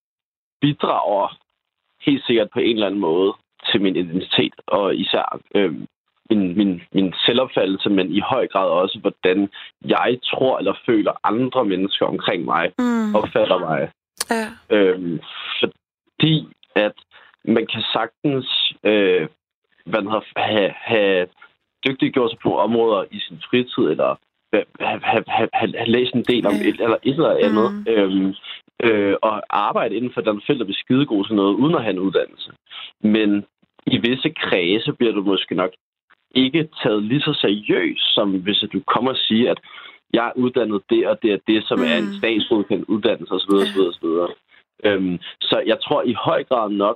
bidrager helt sikkert på en eller anden måde til min identitet, og især øh, min, min, min selvopfattelse, men i høj grad også, hvordan jeg tror eller føler andre mennesker omkring mig mm. opfatter mig. Ja. Øh, fordi at man kan sagtens øh, hvad hedder, have, have dygtiggjort sig på områder i sin fritid, eller have, have, have, have læst en del om et eller et eller andet, mm. øh, øh, og arbejde inden for den felt, der bliver skidegod til noget, uden at have en uddannelse. Men i visse kredse bliver du måske nok ikke taget lige så seriøst, som hvis du kommer og siger, at jeg er uddannet det, og det er det, som mm. er en statsgodkendt uddannelse, osv. osv., osv. Øhm, så jeg tror i høj grad nok,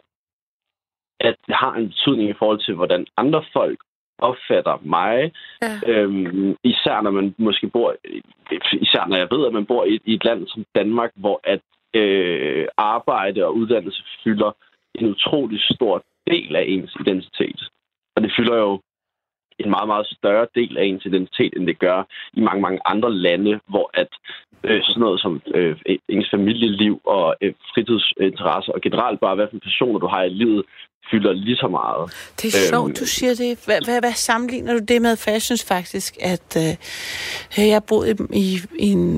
at det har en betydning i forhold til, hvordan andre folk opfatter mig. Ja. Øhm, især når man måske bor, især når jeg ved, at man bor i et, i et land som Danmark, hvor at øh, arbejde og uddannelse fylder en utrolig stor del af ens identitet. Og det fylder jo en meget, meget større del af ens identitet, end det gør i mange, mange andre lande, hvor at øh, sådan noget som øh, ens familieliv og øh, fritidsinteresser og generelt bare, hvad for personer du har i livet, fylder lige så meget. Det er sjovt, øhm, du siger det. Hvad, hvad, hvad sammenligner du det med? For jeg synes faktisk, at øh, jeg har boet i, i en,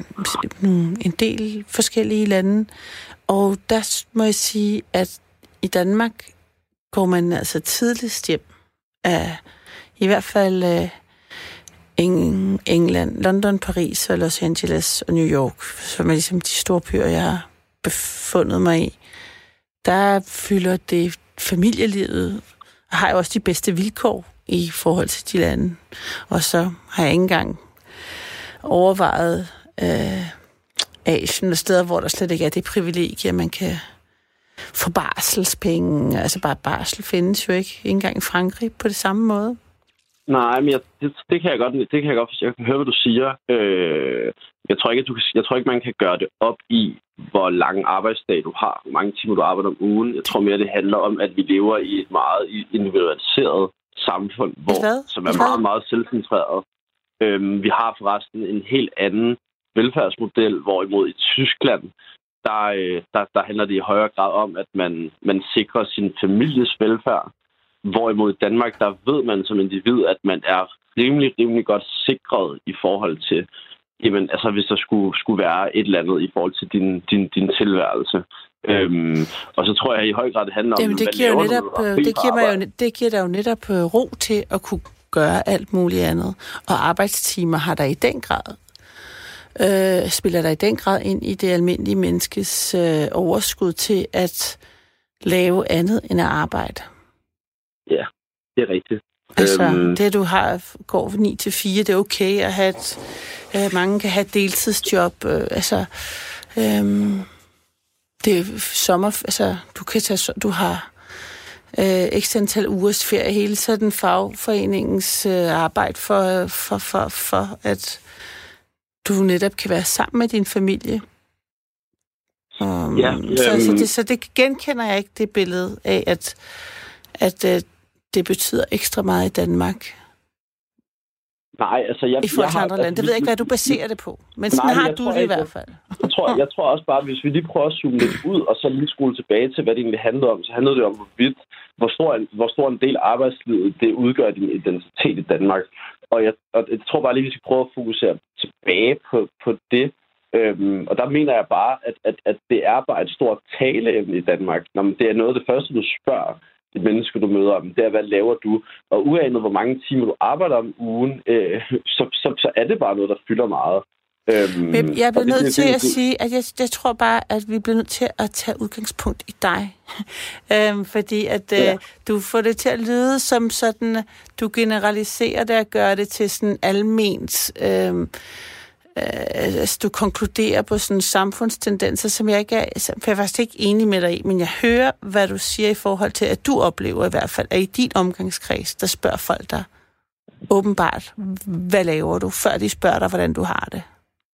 en del forskellige lande, og der må jeg sige, at i Danmark går man altså tidligst hjem af i hvert fald øh, England, London, Paris og Los Angeles og New York, som er ligesom de store byer, jeg har befundet mig i. Der fylder det familielivet, og har jo også de bedste vilkår i forhold til de lande. Og så har jeg ikke engang overvejet øh, Asien og steder, hvor der slet ikke er det privilegie, at man kan få barselspenge. Altså bare barsel findes jo ikke, ikke engang i Frankrig på det samme måde. Nej, men jeg, det, det kan jeg godt, det kan jeg godt, jeg kan høre, hvad du siger. Øh, jeg tror ikke, at du, jeg tror ikke, man kan gøre det op i, hvor lang arbejdsdag du har, hvor mange timer du arbejder om ugen. Jeg tror mere, det handler om, at vi lever i et meget individualiseret samfund, hvor, som er meget, meget selvcentreret. Øh, vi har forresten en helt anden velfærdsmodel, hvorimod i Tyskland, der, der, der handler det i højere grad om, at man, man sikrer sin families velfærd. Hvorimod i Danmark, der ved man som individ, at man er rimelig, rimelig godt sikret i forhold til, jamen, altså hvis der skulle, skulle være et eller andet i forhold til din, din, din tilværelse. Øhm, og så tror jeg i høj grad, det handler om, jamen, det hvad giver laver jo netop, du, det giver mig jo, det giver dig jo netop ro til at kunne gøre alt muligt andet. Og arbejdstimer har der i den grad, øh, spiller der i den grad ind i det almindelige menneskes øh, overskud til at lave andet end at arbejde. Ja, det er rigtigt. Altså, øhm, det du har, går ni til fire, det er okay at have et, øh, mange kan have et deltidsjob. Øh, altså, øh, det er sommer, altså, du kan tage, du har øh, ekstra antal ugers ferie hele tiden, fagforeningens øh, arbejde for, for, for, for, at du netop kan være sammen med din familie. Um, ja, så, øhm, så, det, så det genkender jeg ikke, det billede af, at, at øh, det betyder ekstra meget i Danmark. Nej, altså... Jeg, I forhold til jeg andre har, lande. Det ved jeg ikke, hvad du baserer det på. Men sådan nej, har du det i ikke, hvert fald. Jeg tror, jeg tror også bare, hvis vi lige prøver at zoome lidt ud, og så lige skole tilbage til, hvad det egentlig handlede om, så handlede det om, hvorvidt, hvor stor en, hvor stor en del af arbejdslivet, det udgør din identitet i Danmark. Og jeg, og jeg tror bare lige, vi skal prøve at fokusere tilbage på, på det. Øhm, og der mener jeg bare, at, at, at det er bare et stort taleemne i Danmark. Nå, men det er noget af det første, du spørger de mennesker, du møder om. Det er, hvad laver du? Og uanet, hvor mange timer du arbejder om ugen, øh, så, så, så er det bare noget, der fylder meget. Øhm, Men jeg bliver nødt det, til det, at det, sige, at jeg, jeg tror bare, at vi bliver nødt til at tage udgangspunkt i dig. øhm, fordi at øh, ja. du får det til at lyde som sådan, du generaliserer det og gør det til sådan alment... Øh, altså, du konkluderer på sådan samfundstendenser, som jeg ikke er, for jeg er faktisk ikke enig med dig i, men jeg hører, hvad du siger i forhold til, at du oplever i hvert fald, at i din omgangskreds, der spørger folk dig åbenbart, hvad laver du, før de spørger dig, hvordan du har det.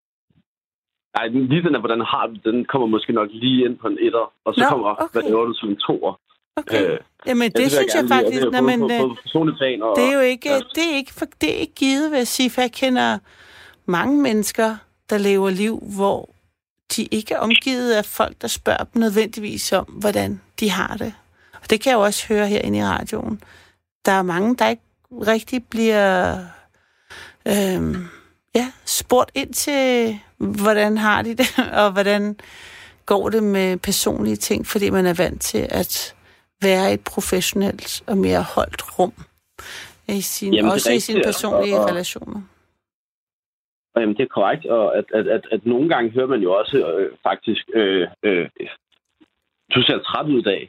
Nej, lige den af, hvordan har du, den kommer måske nok lige ind på en etter, og så Nå, kommer, okay. hvad laver du som en toer. Okay. Øh, Jamen, det, det synes jeg, jeg faktisk, når man, det er jo ikke, det er ikke, for, det er ikke givet, vil jeg sige, for jeg kender mange mennesker, der lever liv, hvor de ikke er omgivet af folk, der spørger dem nødvendigvis om, hvordan de har det. Og det kan jeg jo også høre herinde i radioen. Der er mange, der ikke rigtig bliver øhm, ja, spurgt ind til, hvordan har de det, og hvordan går det med personlige ting, fordi man er vant til at være i et professionelt og mere holdt rum, i sin, Jamen, også i sine personlige og, og... relationer. Jamen, det er korrekt, og at, at, at, at nogle gange hører man jo også øh, faktisk, øh, øh, du ser træt ud i dag,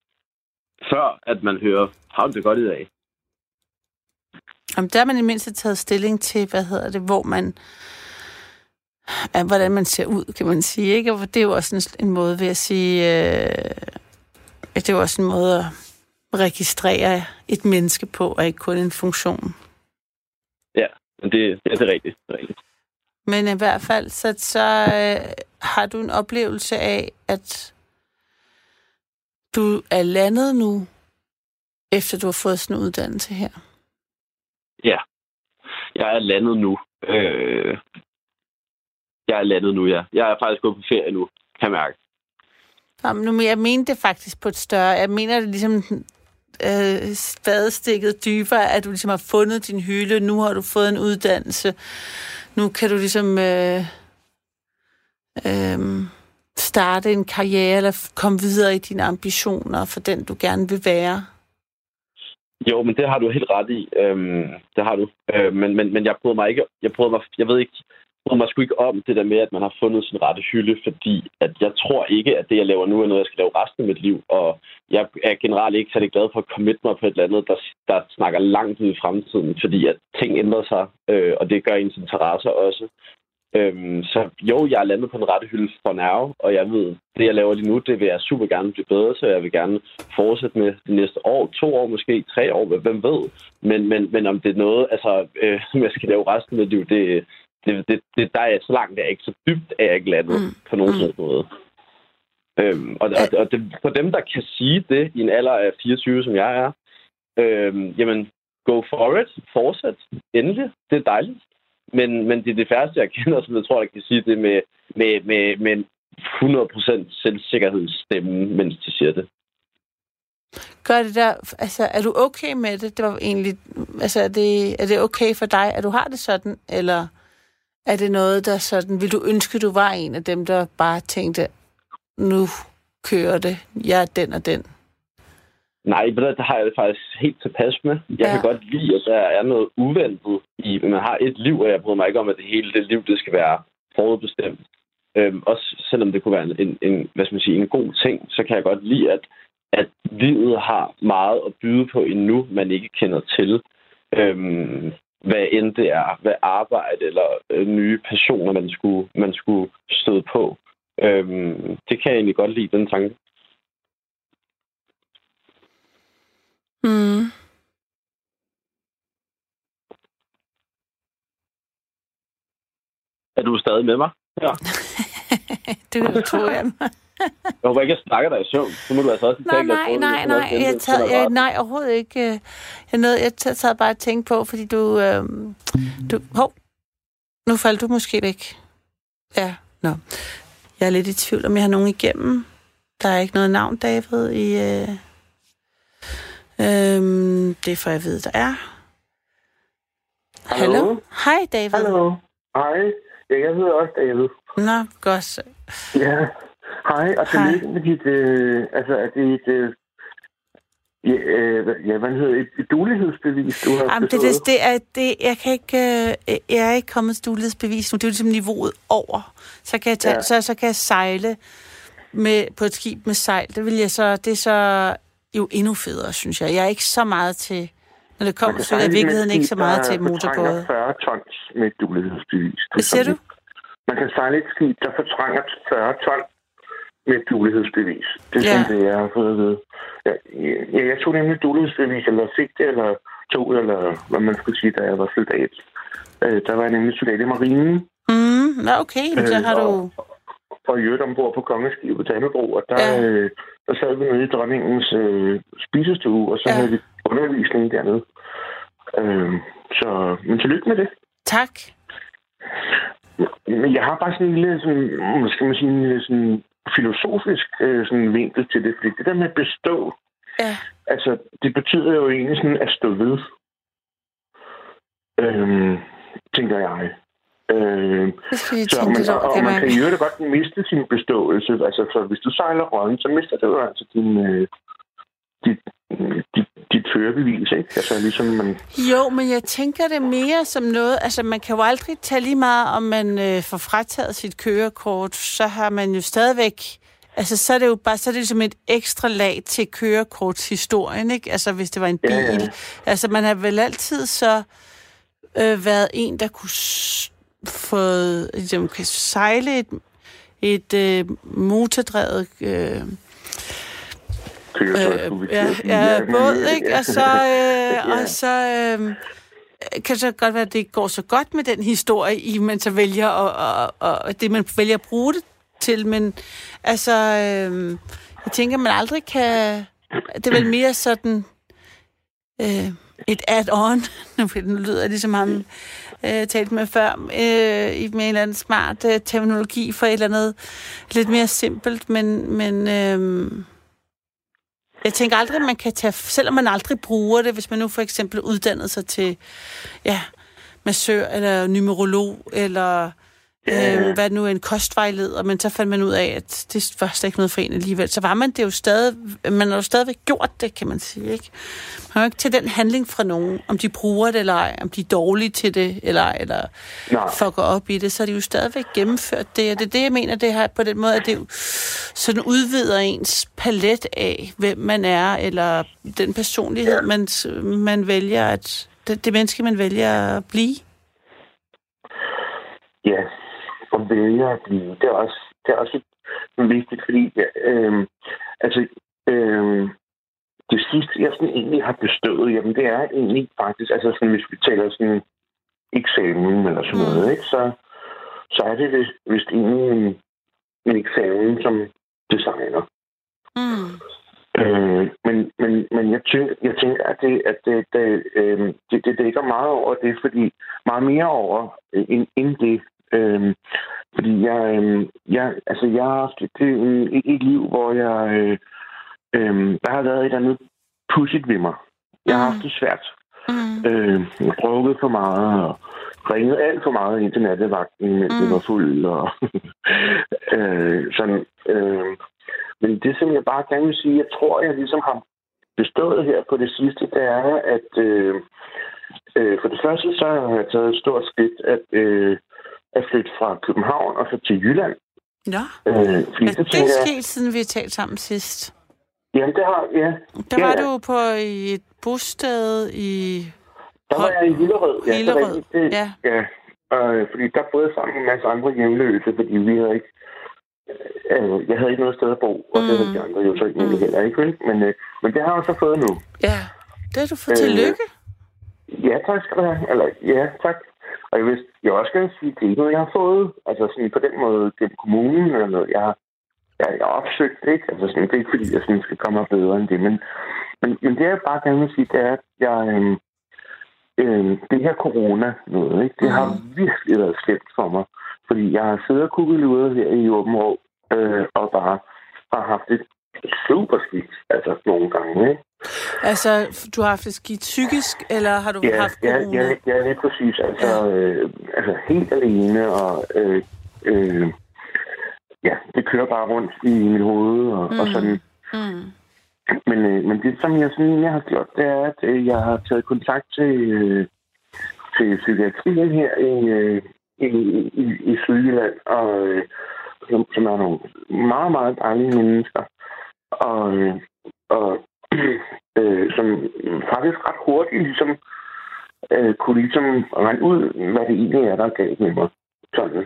før at man hører, har du det godt i dag? Jamen, der har man i mindste taget stilling til, hvad hedder det, hvor man, ja, hvordan man ser ud, kan man sige, ikke? Og det er jo også en, en måde, vil jeg sige, øh, det er jo også en måde at registrere et menneske på, og ikke kun en funktion. Ja, det, det er det rigtigt. Det er rigtigt. Men i hvert fald, så, så øh, har du en oplevelse af, at du er landet nu, efter du har fået sådan en uddannelse her? Ja, jeg er landet nu. Øh, jeg er landet nu, ja. Jeg er faktisk gået på ferie nu, kan jeg mærke. Jamen, nu, jeg mener det faktisk på et større... Jeg mener det ligesom øh, spadestikket dybere, at du ligesom har fundet din hylde. Nu har du fået en uddannelse. Nu kan du ligesom øh, øh, starte en karriere eller komme videre i dine ambitioner for den, du gerne vil være. Jo, men det har du helt ret i. Øhm, det har du. Øh, men, men, men jeg prøvede mig ikke... Jeg prøvede mig... Jeg ved ikke... Jeg prøvede mig sgu ikke om det der med, at man har fundet sin rette hylde, fordi at jeg tror ikke, at det, jeg laver nu, er noget, jeg skal lave resten af mit liv. Og jeg er generelt ikke særlig glad for at committe mig på et eller andet, der, der snakker langt ud i fremtiden, fordi at ting ændrer sig, øh, og det gør ens interesser også. Øhm, så jo, jeg er landet på en rette hylde for nerve, og jeg ved, det jeg laver lige nu, det vil jeg super gerne blive bedre, så jeg vil gerne fortsætte med de næste år, to år måske, tre år, hvem ved. Men, men, men om det er noget, altså, øh, som jeg skal lave resten af mit liv, det, det, det, det der er så langt, det er ikke så dybt, er jeg ikke landet mm. på nogen mm. måde. Øhm, og og, og det, for dem, der kan sige det i en alder af fireogtyve, som jeg er, øhm, jamen, go for it, fortsæt, endelig, det er dejligt. Men, men det er det færreste, jeg kender, som jeg tror, jeg kan sige det med, med, med, med hundrede procent selvsikkerhedsstemme, mens de siger det. Gør det der, altså, er du okay med det? Det var egentlig, altså, er det, er det okay for dig, at du har det sådan, eller er det noget, der sådan, vil du ønske, du var en af dem, der bare tænkte, nu kører det, jeg er den og den? Nej, det har jeg det faktisk helt tilpas med. Jeg ja. kan godt lide, at der er noget uventet i, at man har et liv, og jeg bryder mig ikke om, at det hele det liv, det skal være forudbestemt. Øhm, også selvom det kunne være en, en, hvad skal man sige, en god ting, så kan jeg godt lide, at, at livet har meget at byde på endnu, man ikke kender til. Øhm, hvad end det er, hvad arbejde eller øh, nye passioner, man skulle, man skulle støde på. Øhm, det kan jeg egentlig godt lide, den tanke. Mm. Er du stadig med mig? Ja. Det tror jeg. Jeg håber ikke, jeg snakker dig i søvn. Så må du altså også nej, tænke, nej, nej, nej, nej. Jeg tager, jeg, nej, overhovedet ikke. Jeg, noget, jeg tager bare at tænke på, fordi du... Øh, du hov, nu faldt du måske væk. Ja, nå. Jeg er lidt i tvivl, om jeg har nogen igennem. Der er ikke noget navn, David, i... Øh, øh, det får jeg vide, der er. Hallo? Hallo? Hej, David. Hallo. Hej. Ja, jeg hedder også David. Nå, godt så. Ja. Hej, og tillykke med dit, øh, altså, at det er et, øh, ja, øh, ja, hvad hedder et, et dulighedsbevis, du har Jamen, det, det, det er, det, jeg kan ikke, øh, jeg er ikke kommet til dulighedsbevis nu, det er jo ligesom niveauet over. Så kan jeg, tage, ja. så, så kan jeg sejle med, på et skib med sejl, det vil jeg så, det er så jo endnu federe, synes jeg. Jeg er ikke så meget til, når det kommer til, i virkeligheden ikke så meget til motorbåde. fyrre tons med et dulighedsbevis. Hvad siger du? Man kan sejle et skib, der fortrænger fyrre ton med et dulighedsbevis. Det er sådan, ja. det jeg har fået at vide. Ja, ja, jeg tog nemlig et dulighedsbevis, eller fik det, eller tog det, eller hvad man skulle sige, da jeg var soldat. Øh, der var jeg nemlig soldat i marinen. Mm, nå, okay. Øh, så har du... Og, og i øvrigt ombord på kongeskibet Dannebrog, og der, ja. øh, der sad vi nede i dronningens øh, spisestue, og så ja. havde vi undervisning dernede. Øh, så, men tillykke med det. Tak. Men jeg har bare sådan en lille, sådan, skal man sige, en lille sådan filosofisk øh, sådan vinkel til det, fordi det der med at bestå, ja. altså, det betyder jo egentlig sådan at stå ved, øhm, tænker jeg. Øh, så man, og, og man kan jo da godt miste sin beståelse, altså, så hvis du sejler røden, så mister du jo altså din... Øh, dit, dit, dit førerbevis, ikke? Altså ligesom man... Jo, men jeg tænker det mere som noget... Altså, man kan jo aldrig tage lige meget, om man øh, får frataget sit kørekort, så har man jo stadigvæk... Altså, så er det jo bare... Så er det ligesom et ekstra lag til kørekortshistorien, ikke? Altså, hvis det var en bil. Ja, ja. Altså, man har vel altid så øh, været en, der kunne s- få... Ligesom, kan sejle et, et øh, motordrevet... Øh, Øh, ja, ja, båd, ikke? Og så, øh, og så øh, kan det så godt være, at det ikke går så godt med den historie, i man så vælger og, og, og det, man vælger at bruge det til. Men altså, øh, jeg tænker, man aldrig kan... Det er vel mere sådan øh, et add-on. Nu lyder det ligesom ham øh, talte med før, øh, med en eller anden smart øh, terminologi for et eller andet lidt mere simpelt, men... men øh, jeg tænker aldrig, at man kan tage, selvom man aldrig bruger det, hvis man nu for eksempel uddanner sig til ja, massør eller numerolog, eller yeah. øh, hvad nu, en kostvejleder, men så fandt man ud af, at det var slet ikke noget for en alligevel. Så var man det jo stadig, man har jo stadigvæk gjort det, kan man sige, ikke? Man har jo ikke til den handling fra nogen, om de bruger det eller ej, om de er dårlige til det eller ej, eller fucker op i det, så er de jo stadigvæk gennemført det. Og det er det, jeg mener, det her på den måde, at det jo sådan udvider ens palet af, hvem man er, eller den personlighed, man, man vælger at, det, det menneske, man vælger at blive. Ja, og vælger at blive. Det er også, det er også vigtigt, fordi ja, øh, altså, øh, det sidste, jeg sådan egentlig har bestået, jamen det er egentlig faktisk, altså sådan, hvis vi taler sådan eksamen eller sådan noget, mm. ikke, så, så er det vist, vist egentlig en, en eksamen som designer. Mm. Øh, men, men, men jeg tænker, jeg tænker at, det, at det, det, øh, det, det dækker meget over det, fordi meget mere over øh, end, end det. Øh, fordi jeg, øh, jeg, altså jeg har haft et, et, et liv, hvor jeg... Øh, øhm, der har været et andet pudsigt ved mig. Jeg har haft det svært. Mm. Øh, drukket for meget og ringet alt for meget ind til nattevagten, mens mm. jeg var fuld. Og øh, sådan, øh, men det, som jeg bare gerne vil sige, jeg tror, jeg ligesom har bestået her på det sidste, det er, at øh, øh, for det første, så har jeg taget et stort skridt at, øh, at flytte fra København og så til Jylland. Ja. Øh, er det det sket, siden vi har talt sammen sidst? Jamen, det har, ja. Der var ja. du på et bosted i... Der var jeg i Hillerød. Ja, Hillerød, det, det, ja. ja. Øh, fordi der boede sammen med en masse andre hjemløse, fordi vi havde ikke... Øh, jeg havde ikke noget sted at bo, og mm. det havde de andre jo så ikke mm. heller ikke, vel? Men, øh, men det har jeg så fået nu. Ja, det har du fået øh, tillykke. Ja, tak skal du have. Eller, ja, tak. Og jeg vil, jeg vil også gerne sige, at det er ikke noget, jeg har fået. Altså sådan på den måde gennem kommunen eller noget. Jeg har, jeg, jeg har opsøgt det, ikke? Altså sådan, det er ikke fordi, jeg sådan skal komme bedre end det. Men, men, men det jeg bare gerne vil sige, det er, at jeg... Øh, øh, det her corona noget, ikke? Det har virkelig været slemt for mig. Fordi jeg har siddet og kugget ude her i åben år, øh, og bare har haft det super skidt, altså nogle gange, ikke? Altså, du har haft det skidt psykisk, eller har du ja, haft corona? Ja, ja, ja, det er præcis. Altså, ja. øh, altså helt alene, og øh, øh, ja, det kører bare rundt i mit hoved, og, mm. og sådan. Mm. Men, øh, men det, som jeg, sådan, jeg har gjort, det er, at øh, jeg har taget kontakt til, øh, til psykiatrien her i, øh, i, i, i Sydjylland, og øh, som, som er nogle meget, meget dejlige mennesker, og, øh, og øh, som faktisk ret hurtigt ligesom, øh, kunne ligesom regne ud, hvad det egentlig er, der er galt med mig. Sådan.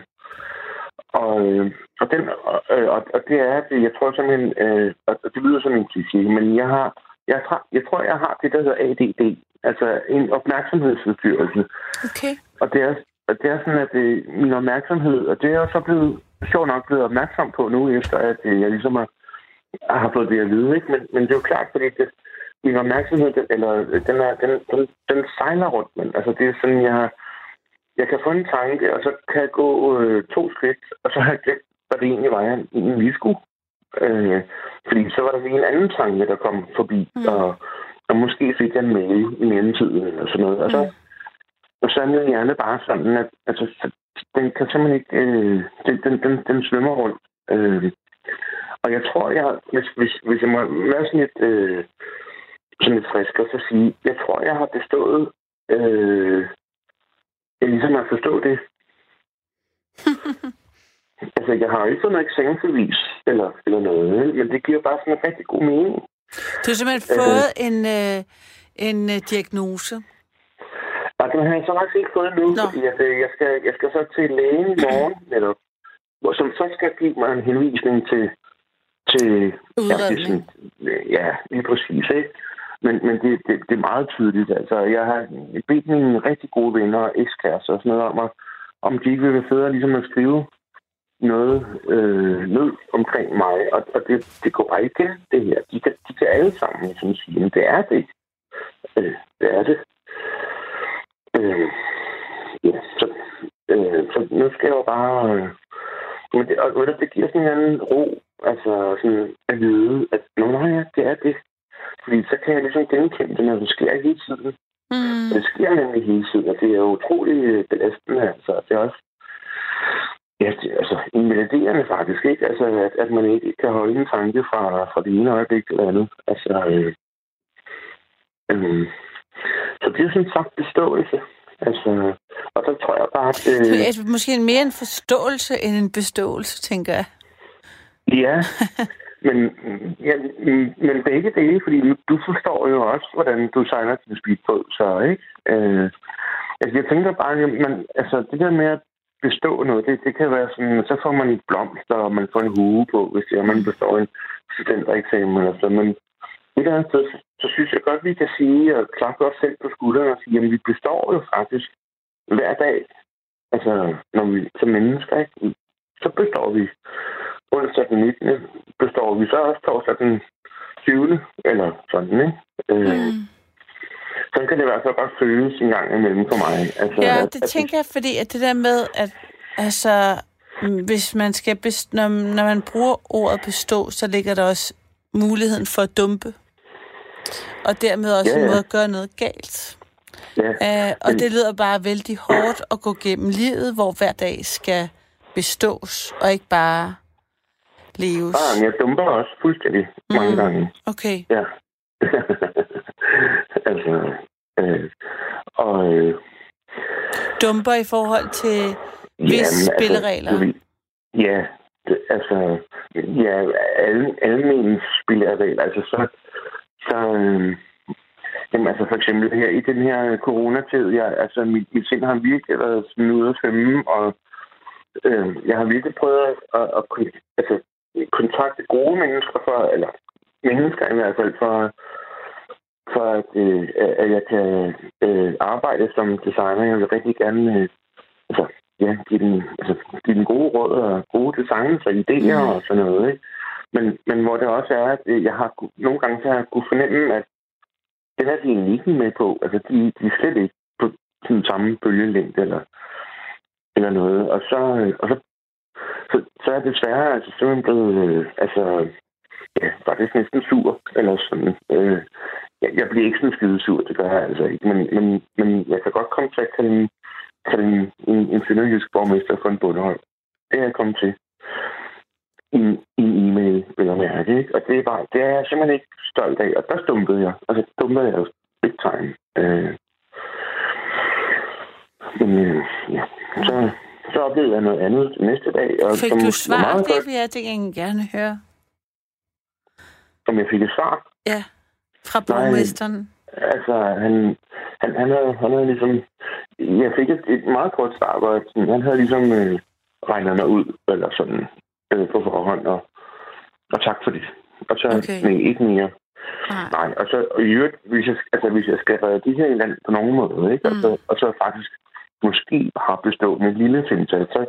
Og, øh, og, den, øh, og, og det er, at jeg tror simpelthen, øh, og det lyder som en kliché, men jeg har, jeg, har, jeg tror, jeg har det, der hedder A D D, altså en opmærksomhedsforstyrrelse. Okay. Og det er, og det er sådan, at øh, min opmærksomhed, og det er jeg så blevet, sjovt nok blevet opmærksom på nu, efter at øh, jeg ligesom har, har fået det at vide, ikke? Men, men det er jo klart, fordi det, min opmærksomhed, den, eller, den, er, den, den, den sejler rundt, men altså det er sådan, jeg har, jeg kan få en tanke, og så kan jeg gå øh, to skridt, og så har jeg glemt, hvad det egentlig var, jeg egentlig skulle. Øh, fordi så var der lige en anden tanke, der kom forbi, mm. og, og måske fik jeg en mail i mellemtiden, eller sådan noget. Og så, mm. og så er min hjerne bare sådan, at altså, den kan simpelthen ikke, øh, den, den, den, den svømmer rundt. Øh, og jeg tror, jeg, hvis, hvis, hvis jeg må være sådan lidt, øh, sådan lidt frisk, og så sige, jeg tror, jeg har bestået... Øh, Jeg ligesom at forstå det. altså, jeg har jo ikke fået noget eksamensbevis eller, eller noget, men det giver bare sådan en rigtig god mening. Du har simpelthen øh, fået en, øh, en øh, diagnose? Nej, den har jeg så faktisk ikke fået nu, fordi jeg, jeg, skal, jeg skal så til lægen i morgen, netop, som så skal give mig en henvisning til... til udredning. Ja, ja, lige præcis, ikke? Men, men det, det, det er meget tydeligt. Altså, jeg har bedt mine rigtig gode venner og ekskærester og sådan noget om, at, om de ikke vil være federe ligesom at skrive noget øh, ned omkring mig. Og, og det, det går bare ikke, det her. De kan, de kan alle sammen ligesom sige, men det er det. Øh, det er det. Øh, ja, så, øh, så nu skal jeg jo bare... Øh, men det, og det giver sådan en anden ro, altså sådan at vide, at nå, nej, ja, det er det. Fordi så kan jeg ligesom genkende det, når det sker hele tiden. Mm. Det sker nemlig hele tiden, og det er jo utrolig belastende. Altså, det er også ja, det, altså, invaliderende faktisk, ikke? Altså, at, at man ikke kan holde en tanke fra, fra det ene øjeblik eller andet. Altså, øh, øh, så det er sådan en slags beståelse. Altså, og så tror jeg bare, at... Øh, det er måske mere en forståelse end en beståelse, tænker jeg. Ja, men, ja, men begge dele, fordi du forstår jo også, hvordan du sejler til speedbåd, så ikke? Øh, altså, jeg tænker bare, at man, altså, det der med at bestå noget, det, det kan være sådan, så får man et blomster, og man får en hue på, hvis det er, man består en studentereksamen eller sådan, men et eller andet sted, så, så synes jeg godt, vi kan sige, og klappe os selv på skulderen og sige, at vi består jo faktisk hver dag. Altså, når vi som mennesker, ikke? Så består vi. Onsdag den nittende består vi så også torsdag den tyvende eller sådan, ikke? Øh, mm. Sådan kan det i hvert fald godt føles en gang imellem for mig. Altså, ja, at, det at, tænker jeg, fordi at det der med, at altså, hvis man skal best- når, når man bruger ordet bestå, så ligger der også muligheden for at dumpe. Og dermed også ja, ja. en måde at gøre noget galt. Ja. Uh, og det lyder bare vældig hårdt at gå gennem livet, hvor hver dag skal bestås, og ikke bare leves. Ah, jeg dumper også fuldstændig mm. mange gange. Okay. Ja. altså, øh, og... Øh, dumper i forhold til visse jamen, spilleregler? Altså, ja, det, altså... Ja, alle, alle mine spilleregler. Altså, så... så øh, jamen, altså, for eksempel her i den her coronatid, jeg, altså, mit, mit sind har virkelig været sådan ude at svømme, og øh, jeg har virkelig prøvet at, at, at altså, kontakte gode mennesker for, eller mennesker i hvert fald, for, for at, øh, at jeg kan øh, arbejde som designer. Jeg vil rigtig gerne øh, altså, ja, give, den, altså, give den gode råd og gode designs og idéer mm. og sådan noget. Ikke? Men, men hvor det også er, at jeg har nogle gange så har jeg kunne fornemme, at den er de egentlig ikke med på. Altså, de, de er slet ikke på den samme bølgelængde eller, eller noget. Og så, og så Så, så er det desværre altså, simpelthen blevet, øh, altså, ja, faktisk næsten sur, eller sådan. Øh, jeg, jeg bliver ikke sådan skide sur, det gør jeg altså ikke, men, men, men jeg kan godt komme til at kalde en, kalde en, en, en sønderjysk borgmester for en bundehold. Det er jeg kommet til i, i en e-mail, vil jeg mærke, ikke? Og det er, bare, det er jeg simpelthen ikke stolt af, og der stumpede jeg. Altså, stumpede jeg jo big time. Øh, men, øh, ja, så... Så oplevede jeg noget andet næste dag. Og fik som du svar? Det godt, vil jeg det jeg gerne høre. Om jeg fik et svar? Ja, fra borgmesteren. Altså, han, han, han, havde, han havde ligesom... Jeg fik et, et meget kort svar, hvor han havde ligesom øh, regnet mig ud, eller sådan, øh, på forhånd, og, og tak for det. Og så, okay. nej, ikke mere. Ah. Nej, og så, og i øvrigt, hvis jeg, altså, hvis jeg skal redde de her i land på nogen måde, ikke? Mm. Og, så, og så faktisk måske har bestået med en lille tiltag, så,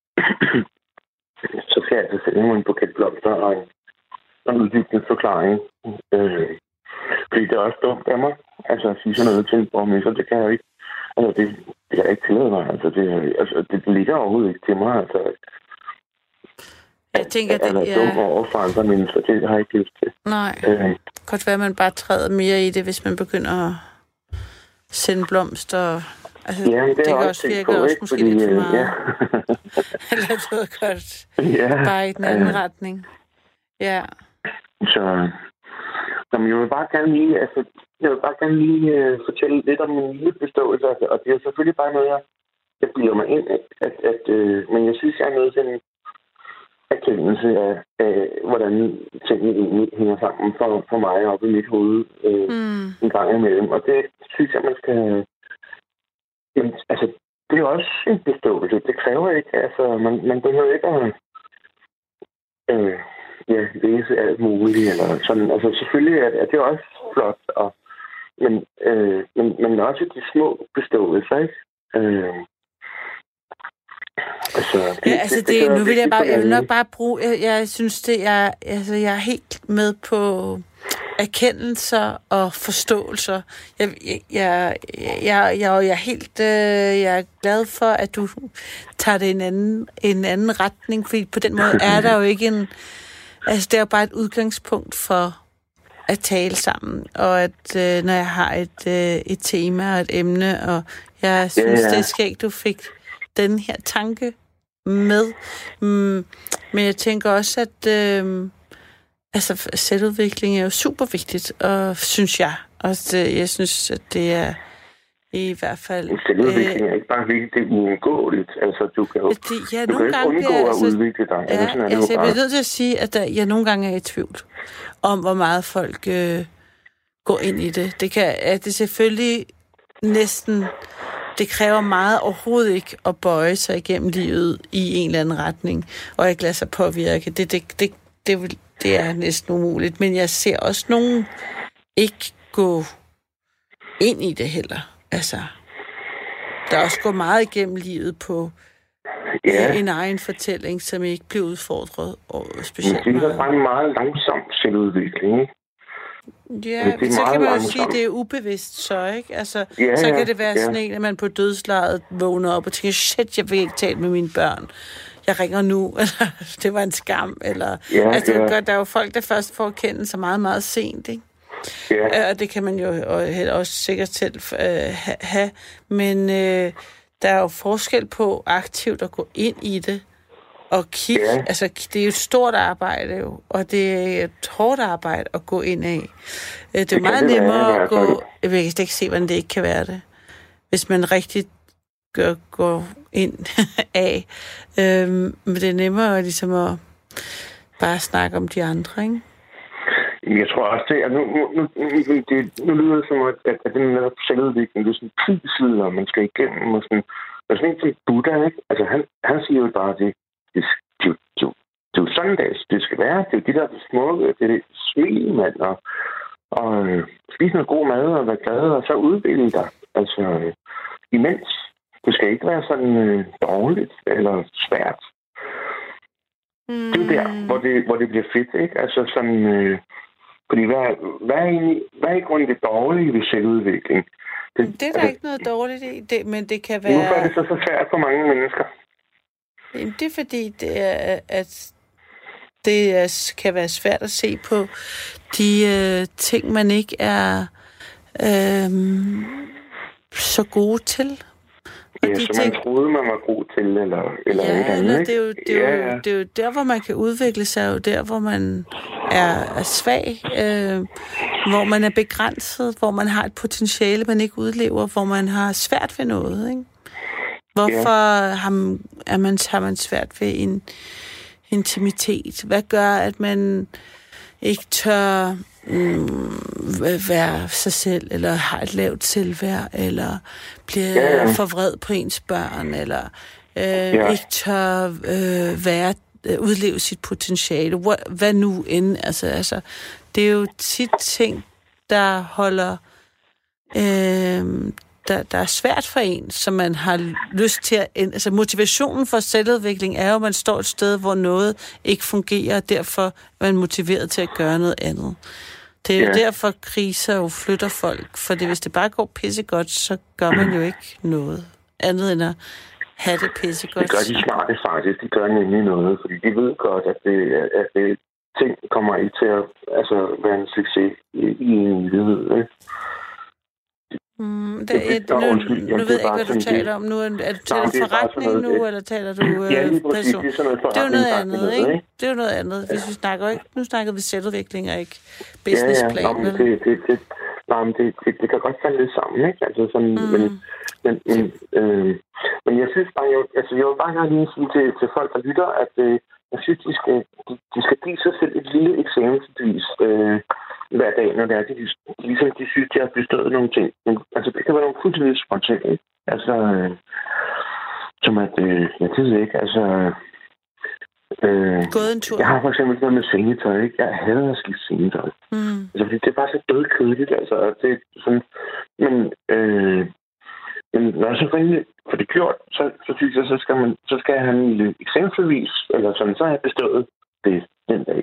så skal jeg altså sende mig en buket blomster og en, en uddybende forklaring. Øh, fordi det er også dumt af mig, altså at sige sådan noget til en borgmester, det kan jeg jo ikke, altså det, det kan jeg ikke tillade mig, altså det, altså det ligger overhovedet ikke til mig, altså jeg tænker, at, at, at det er... dum over for andre mennesker, det har jeg ikke lyst til. Nej, øh, godt være, at man bare træder mere i det, hvis man begynder at sende blomster. Altså, ja, det, det kan også også virke på, også måske fordi, lidt for meget. Ja. Eller noget godt. Ja, bare i den anden øh, retning. Ja. Så jamen, jeg vil bare gerne lige, altså, jeg vil bare gerne lige uh, fortælle lidt om min lille beståelse, altså, og det er selvfølgelig bare noget, jeg, jeg bliver mig ind, at, at, at uh, men jeg synes, jeg er nødt til en erkendelse af, af hvordan tingene egentlig hænger sammen for, for mig oppe i mit hoved uh, mm. en gang imellem, og det synes jeg, man skal. Men, altså, det er også en beståelse. Det kræver ikke, altså, man, man behøver ikke at øh, ja, læse alt muligt, eller sådan. Altså, selvfølgelig er, er det også flot, og, men, øh, men, men også de små beståelser, ikke? Øh, altså, det, ja, altså, det, det, det nu vil jeg bare, jeg vil nok bare bruge, jeg, jeg synes, det er, altså, jeg er helt med på erkendelser og forståelser. Jeg, jeg, jeg, jeg, jeg, jeg er helt øh, jeg er glad for, at du tager det i en anden, en anden retning, fordi på den måde er der jo ikke en... Altså, det er jo bare et udgangspunkt for at tale sammen, og at øh, når jeg har et, øh, et tema og et emne, og jeg synes, ja, ja. det er skægt, du fik den her tanke med. Mm, men jeg tænker også, at øh, altså, selvudvikling er jo super vigtigt, og synes jeg. Og det, jeg synes, at det er i hvert fald... Selvudvikling øh, er ikke bare vigtigt, det er uundgåeligt. Altså, du kan jo, det, ja, du nogle kan gange ikke undgå bliver, at altså, udvikle dig. Ja, altså, er det altså, jeg bare... bliver nødt til at sige, at der, jeg nogle gange er i tvivl om, hvor meget folk øh, går ind i det. Det kan, at det selvfølgelig næsten... Det kræver meget overhovedet ikke at bøje sig igennem livet i en eller anden retning, og ikke lade sig påvirke. Det, det, det, det, det er næsten umuligt. Men jeg ser også nogen ikke gå ind i det heller. Altså, der også går meget igennem livet på ja. en egen fortælling, som ikke bliver udfordret og specielt meget. Det er bare en meget langsom selvudvikling, ikke? Ja, det så kan man jo sige, at det er ubevidst så, ikke? Altså, ja, så kan det være ja. sådan en, at man på dødslejet vågner op og tænker, shit, jeg vil ikke tale med mine børn. jeg ringer nu, eller det var en skam, eller... Ja, altså, det ja. godt, der er jo folk, der først får kendelser meget, meget sent, ikke? Ja. Og det kan man jo også sikkert selv øh, have, men øh, der er jo forskel på aktivt at gå ind i det, og kigge, ja. altså det er jo et stort arbejde jo, og det er et hårdt arbejde at gå ind af. Det er det meget det nemmere være, at gå, jeg vil ikke se, hvordan det ikke kan være det, hvis man rigtig går, går ind af. Øhm, men det er nemmere ligesom at bare snakke om de andre, ikke? Jeg tror også, det, at nu, nu, nu, det, nu lyder det som, at, at, at den netop selvudvikling, det er sådan pilsider, man skal igennem, og sådan, og sådan en som Buddha, ikke? Altså, han, han siger jo bare, det, det, det, det, det er jo sådan, det, det skal være. Det er jo de der smukke, det er det smil, mand, og, og øh, spise noget god mad, og være glad, og så udvikle dig. Altså, øh, imens. Det skal ikke være sådan øh, dårligt, eller svært. Mm. Det er der, hvor det, hvor det bliver fedt, ikke? Altså sådan... Øh, Fordi hvad, hvad, er egentlig, hvad er i grunden det dårlige ved selvudvikling? Det, det er der altså, ikke noget dårligt i, det, men det kan være... Hvorfor er det så så svært for mange mennesker? Jamen, det er fordi, det, er, at det er, kan være svært at se på de øh, ting, man ikke er øh, så gode til. Og ja, de som ting... man troede, man var god til, eller, eller ja, et andet, eller det er, jo, det, er ja, jo, ja. det er jo der, hvor man kan udvikle sig, jo der, hvor man er, er svag, øh, hvor man er begrænset, hvor man har et potentiale, man ikke udlever, hvor man har svært ved noget, ikke? Hvorfor ja. har, man, er man, har man svært ved en intimitet? Hvad gør, at man ikke tør mm, være sig selv, eller har et lavt selvværd, eller bliver ja, ja. for vred på ens børn, eller øh, ja. ikke tør øh, være, øh, udleve sit potentiale. Hvad, hvad nu end? Altså, altså, det er jo tit ting, der holder... Øh, Der, der er svært for en, som man har lyst til at... Altså, motivationen for selvudvikling er jo, at man står et sted, hvor noget ikke fungerer, og derfor er man motiveret til at gøre noget andet. Det er jo ja. derfor, kriser jo flytter folk, for det, hvis det bare går pissegodt, så gør man jo ikke noget andet end at have det pissegodt. Det gør de smarte faktisk. De gør nemlig noget, fordi de ved godt, at det, at det ting kommer ikke til at altså, være en succes i, i en evighed, ikke? Mm, det, det, nu, undskyld, nu ved jeg ikke, hvad du taler om nu. Er du taler om forretning nu, det. Eller taler du øh, ja, lige præcis, person? Det er sådan noget det er jo noget andet, noget, ikke? ikke? Det er jo noget andet. Hvis vi snakker ikke, nu snakker vi selvudvikling og ikke businessplan. Ja, ja. Nå, det, det, det, nej, men det, det, det kan godt falde lidt sammen, ikke? Altså sådan, mm. men, men, men, øh, men jeg synes bare, jeg, altså, jeg vil bare gerne lige sige til, til folk, der lytter, at øh, jeg synes, de skal, de, de skal give sig selv et lille eksamensbevis øh, hver dag, når det er, de, ligesom de synes, de har bestået nogle ting. Altså, det kan være nogle fuldstændig spontant, ikke? Altså, øh, som at, øh, jeg ved ikke, altså... Øh, Gået en tur. Jeg har for eksempel noget med sengetøj, ikke? Jeg hader at skifte sengetøj. Mm. Altså, fordi det er bare så dødkedeligt, altså. Det er sådan... Men, øh, men når jeg så fandme for det gjort, så, så synes jeg, så skal, man, så skal jeg have en lille eksamensbevis, eller sådan, så har jeg bestået det den dag.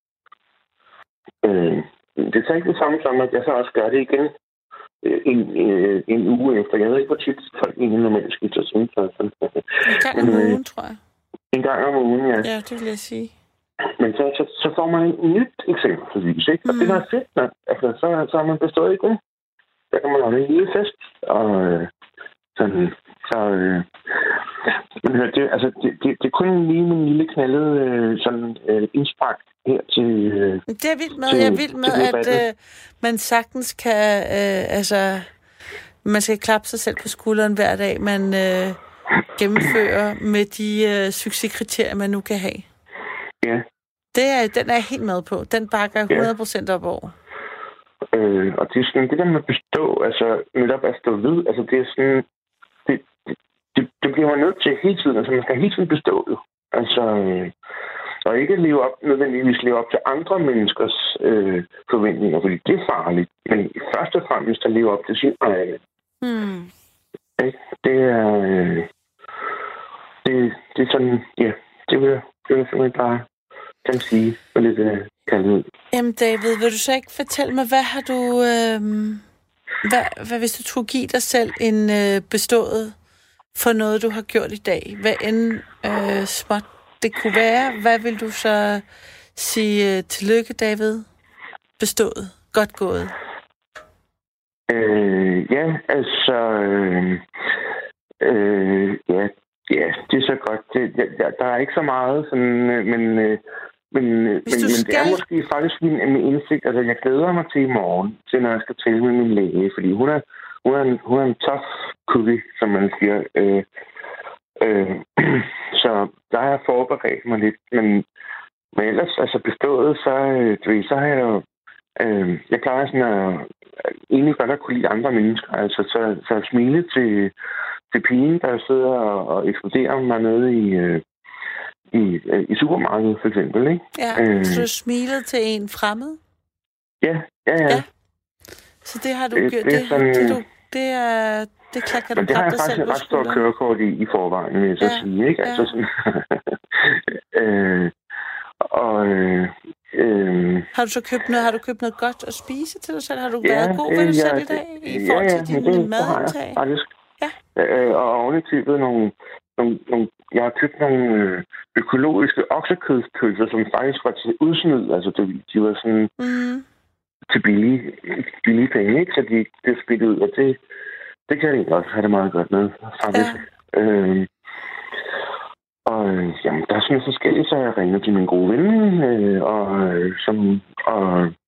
Øh, det er så ikke det samme som, at jeg så også gør det igen en, en, en uge efter. Jeg ved ikke, hvor tit folk egentlig normalt skifter sengetøj. En gang om ugen, tror jeg. En gang om ugen, ja. Ja, det vil jeg sige. Men så, så, så får man en nyt eksempelvis, ikke? Og mm. det der er fedt, man. Altså, så, så har man bestået igen. Der kan man holde en lille fest, og øh, sådan, så... Øh, men hør, det, altså, det, det, det er kun lige en lille knaldet øh, sådan øh, indspark her til... Øh, det er vildt med, til, jeg er vildt med, at øh, man sagtens kan... Øh, altså, man skal klappe sig selv på skulderen hver dag, man øh, gennemfører med de øh, succeskriterier, man nu kan have. Ja. Det er, den er jeg helt med på. Den bakker jeg hundrede procent op over. Øh, og det er sådan, det der med at bestå, altså netop at stå ved, altså det er sådan, det, det, det bliver man nødt til hele tiden, altså man skal hele tiden bestå det. Altså, øh, og ikke leve op, nødvendigvis leve op til andre menneskers øh, forventninger, fordi det er farligt, men først og fremmest at leve op til sin egen. Hmm. Det er, øh, det, det er sådan, ja, det vil, det vil simpelthen bare, kan sige, og lidt øh, kaldt ud. Jamen David, vil du så ikke fortælle mig, hvad har du, øh, hvad, hvad hvis du skulle give dig selv en øh, bestået for noget, du har gjort i dag? Hvad end øh, småt det kunne være? Hvad vil du så sige uh, tillykke, David? Bestået. Godt gået. Øh, ja, altså... Øh, øh, ja, ja, det er så godt. Det, der, der er ikke så meget, sådan, men... Øh, Men, men, men det er måske faktisk min, min indsigt. Altså, jeg glæder mig til i morgen, til når jeg skal tale med min læge, fordi hun er, hun er, en, hun er en tough cookie, som man siger. Øh, øh, så der har jeg forberedt mig lidt. Men, men ellers, altså bestået, så, øh, så har jeg jo... Øh, jeg plejer sådan at egentlig godt at kunne lide andre mennesker. Altså, så, så at smile til, til pigen, der sidder og, og eksploderer mig nede i... Øh, I, i supermarkedet, for eksempel, ikke? Ja, øh, så du smilede til en fremmed? Ja, ja, ja. ja. Så det har du det, gjort, det, det, sådan, det, du, det er, det kan du det har jeg faktisk et ret stort kørekort i, i forvejen, vil jeg så ja, sige, ikke? Altså ja. sådan, øh, og, øh, øh, har du så købt noget, har du købt noget godt at spise til dig selv? Har du ja, været god ved dig selv i dag? I forhold til ja, ja, din madindtag? Faktisk. Ja. Øh, og ovenikøbet nogle Nogle, nogle, jeg har købt nogle økologiske oksekødspølser, som faktisk var til udsmid. Altså, de, de var sådan mm. til billige, billige penge, ikke? Så de blev spidt ud, og det, det kan jeg egentlig også have det meget godt med, faktisk. Ja. Øh, og jamen, der er sådan forskellige, så jeg ringer til min gode ven, øh, og som, og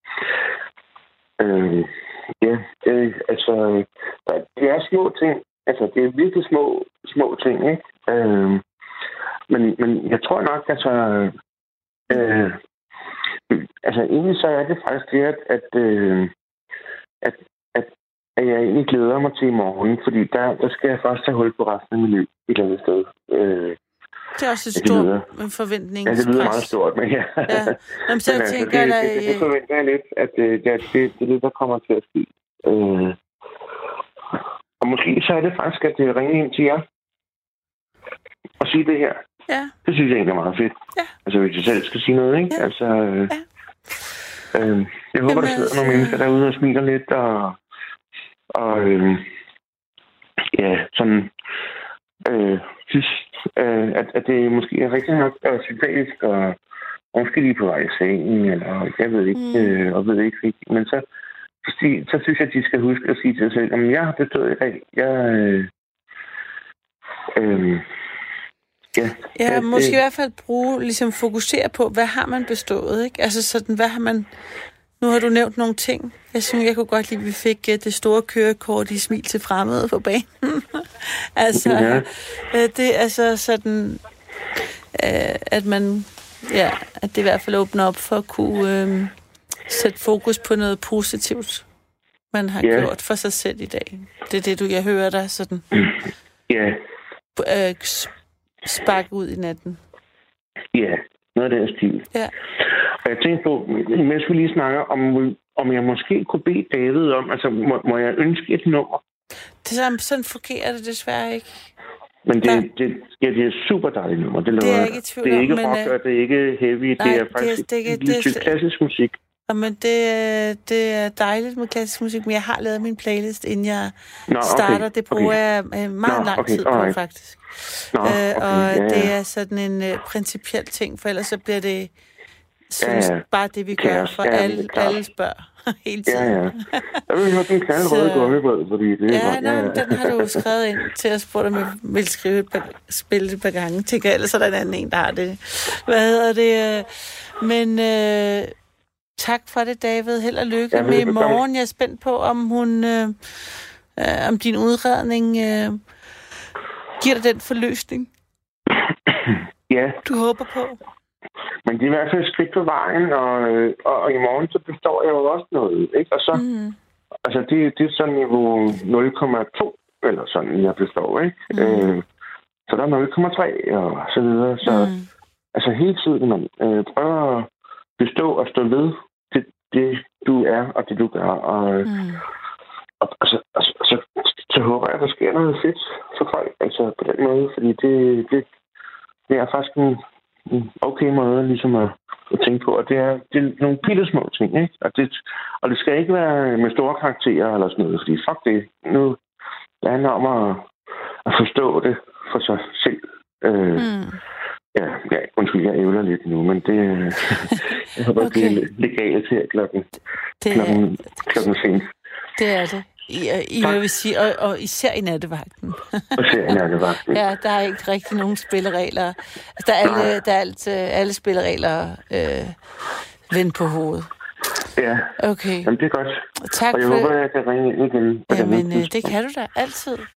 øh, ja, det, altså, det er små ting. Altså, det er virkelig små, små ting, ikke? Øh, men, men jeg tror nok, altså... Øh, altså, egentlig så er det faktisk det, at, at, øh, at, at, at jeg egentlig glæder mig til i morgen, fordi der, der skal jeg først tage hul på resten af mit liv et eller andet sted. Øh, det er også et stort forventning. Ja, det lyder meget stort, men ja. ja. Jamen, så men, jeg tænker, altså, det, det, det, det forventer jeg lidt, at det, det, det, det er det, der kommer til at ske. Øh, Og måske så er det faktisk, at det ringer ind til jer og sige det her. Ja. Det synes jeg egentlig er meget fedt. Ja. Altså, hvis jeg selv skal sige noget, ikke? Ja. Altså, øh, ja. øh, jeg håber, Jamen, der sidder altså... nogle mennesker derude og smiler lidt, og, og øh, ja, sådan, øh, synes, øh, at, at det måske er rigtig nok og sympatisk, og måske lige på vej i sengen, eller jeg ved ikke, mm. øh, og ved ikke rigtigt, men så Så, så synes jeg, at de skal huske at sige til sig selv, at jeg har bestået i dag. Jeg, øh, øh, ja, ja, det, måske i hvert fald bruge, ligesom fokusere på, hvad har man bestået, ikke? Altså sådan, hvad har man... Nu har du nævnt nogle ting. Jeg synes, jeg kunne godt lide, at vi fik uh, det store kørekort i smil til fremmede på banen. altså, ja. uh, det er altså sådan, uh, at man... Ja, at det i hvert fald åbner op for at kunne... Uh, sæt fokus på noget positivt, man har yeah. gjort for sig selv i dag. Det er det, du jeg hører dig sådan yeah. øh, sparke ud i natten. Ja, yeah. noget af den stil. Ja. Og jeg tænkte på, mens vi lige snakker, om, om jeg måske kunne bede David om, altså må, må jeg ønske et nummer? Det sådan, sådan fungerer det desværre ikke. Men det, det, ja, det er et super dejligt nummer. Det, det er jeg ikke i tvivl om. Det er ikke men, rock, det er ikke heavy, nej, det er faktisk det er, det, lidt det, klassisk musik. Men det, det er dejligt med klassisk musik, men jeg har lavet min playlist, inden jeg Nå, okay, starter. Det bruger okay. jeg meget Nå, lang okay, tid på, right. faktisk. Nå, okay, øh, og ja, ja. det er sådan en uh, principiel ting, for ellers så bliver det synes, ja, ja. bare det, vi gør for ja, alle, alle spørg hele tiden. Ja, ja. Jeg vil høre den knaldrøde gummibrød, fordi det ja, er... Ja, ja, den har du skrevet ind til at spørge, om jeg vil skrive et par, spille et par gange. Tænker ellers er der en anden en, der har det. Hvad hedder det? Men... Øh, tak for det, David. Held og lykke ja, med i morgen. Jeg er spændt på, om hun, øh, øh, om din udredning øh, giver dig den forløsning. Ja. Du håber på. Men det er i hvert fald et skridt på vejen, og, og, og i morgen så består jeg jo også noget, ikke? Og så, mm. altså det, det er sådan niveau nul komma to, eller sådan, jeg består, ikke? Mm. Øh, så der er nul komma tre, og så videre. Så, mm. altså hele tiden, man øh, prøver at bestå og stå ved det, det, du er, og det, du gør. Og, mm. og, og, så, og, så, og så, så håber jeg, at der sker noget fedt for folk, altså på den måde, fordi det, det, det er faktisk en, en okay måde ligesom at, at tænke på, og det er, det er nogle bitte små ting, ikke? Og det, og det skal ikke være med store karakterer eller sådan noget, fordi fuck det, nu det handler om at, at forstå det for sig selv. Øh, Mm. ja, ja, undskyld, jeg ævler lidt nu, men det jeg håber, Okay. det er legalt her klokken, Det klokken, er klokken sent. det. Er det. I, I Tak. hvad vil sige, og, og især i nattevagten. Og serien er det vagten. Ja, der er ikke rigtig nogen spilleregler. Altså, der er alle, der er alt, øh, alle spilleregler øh, vendt på hovedet. Ja, Okay, jamen, det er godt. tak Og jeg for håber, jeg kan ringe ind igen. på et andet Jamen, øh, det tidspunkt. kan du da altid.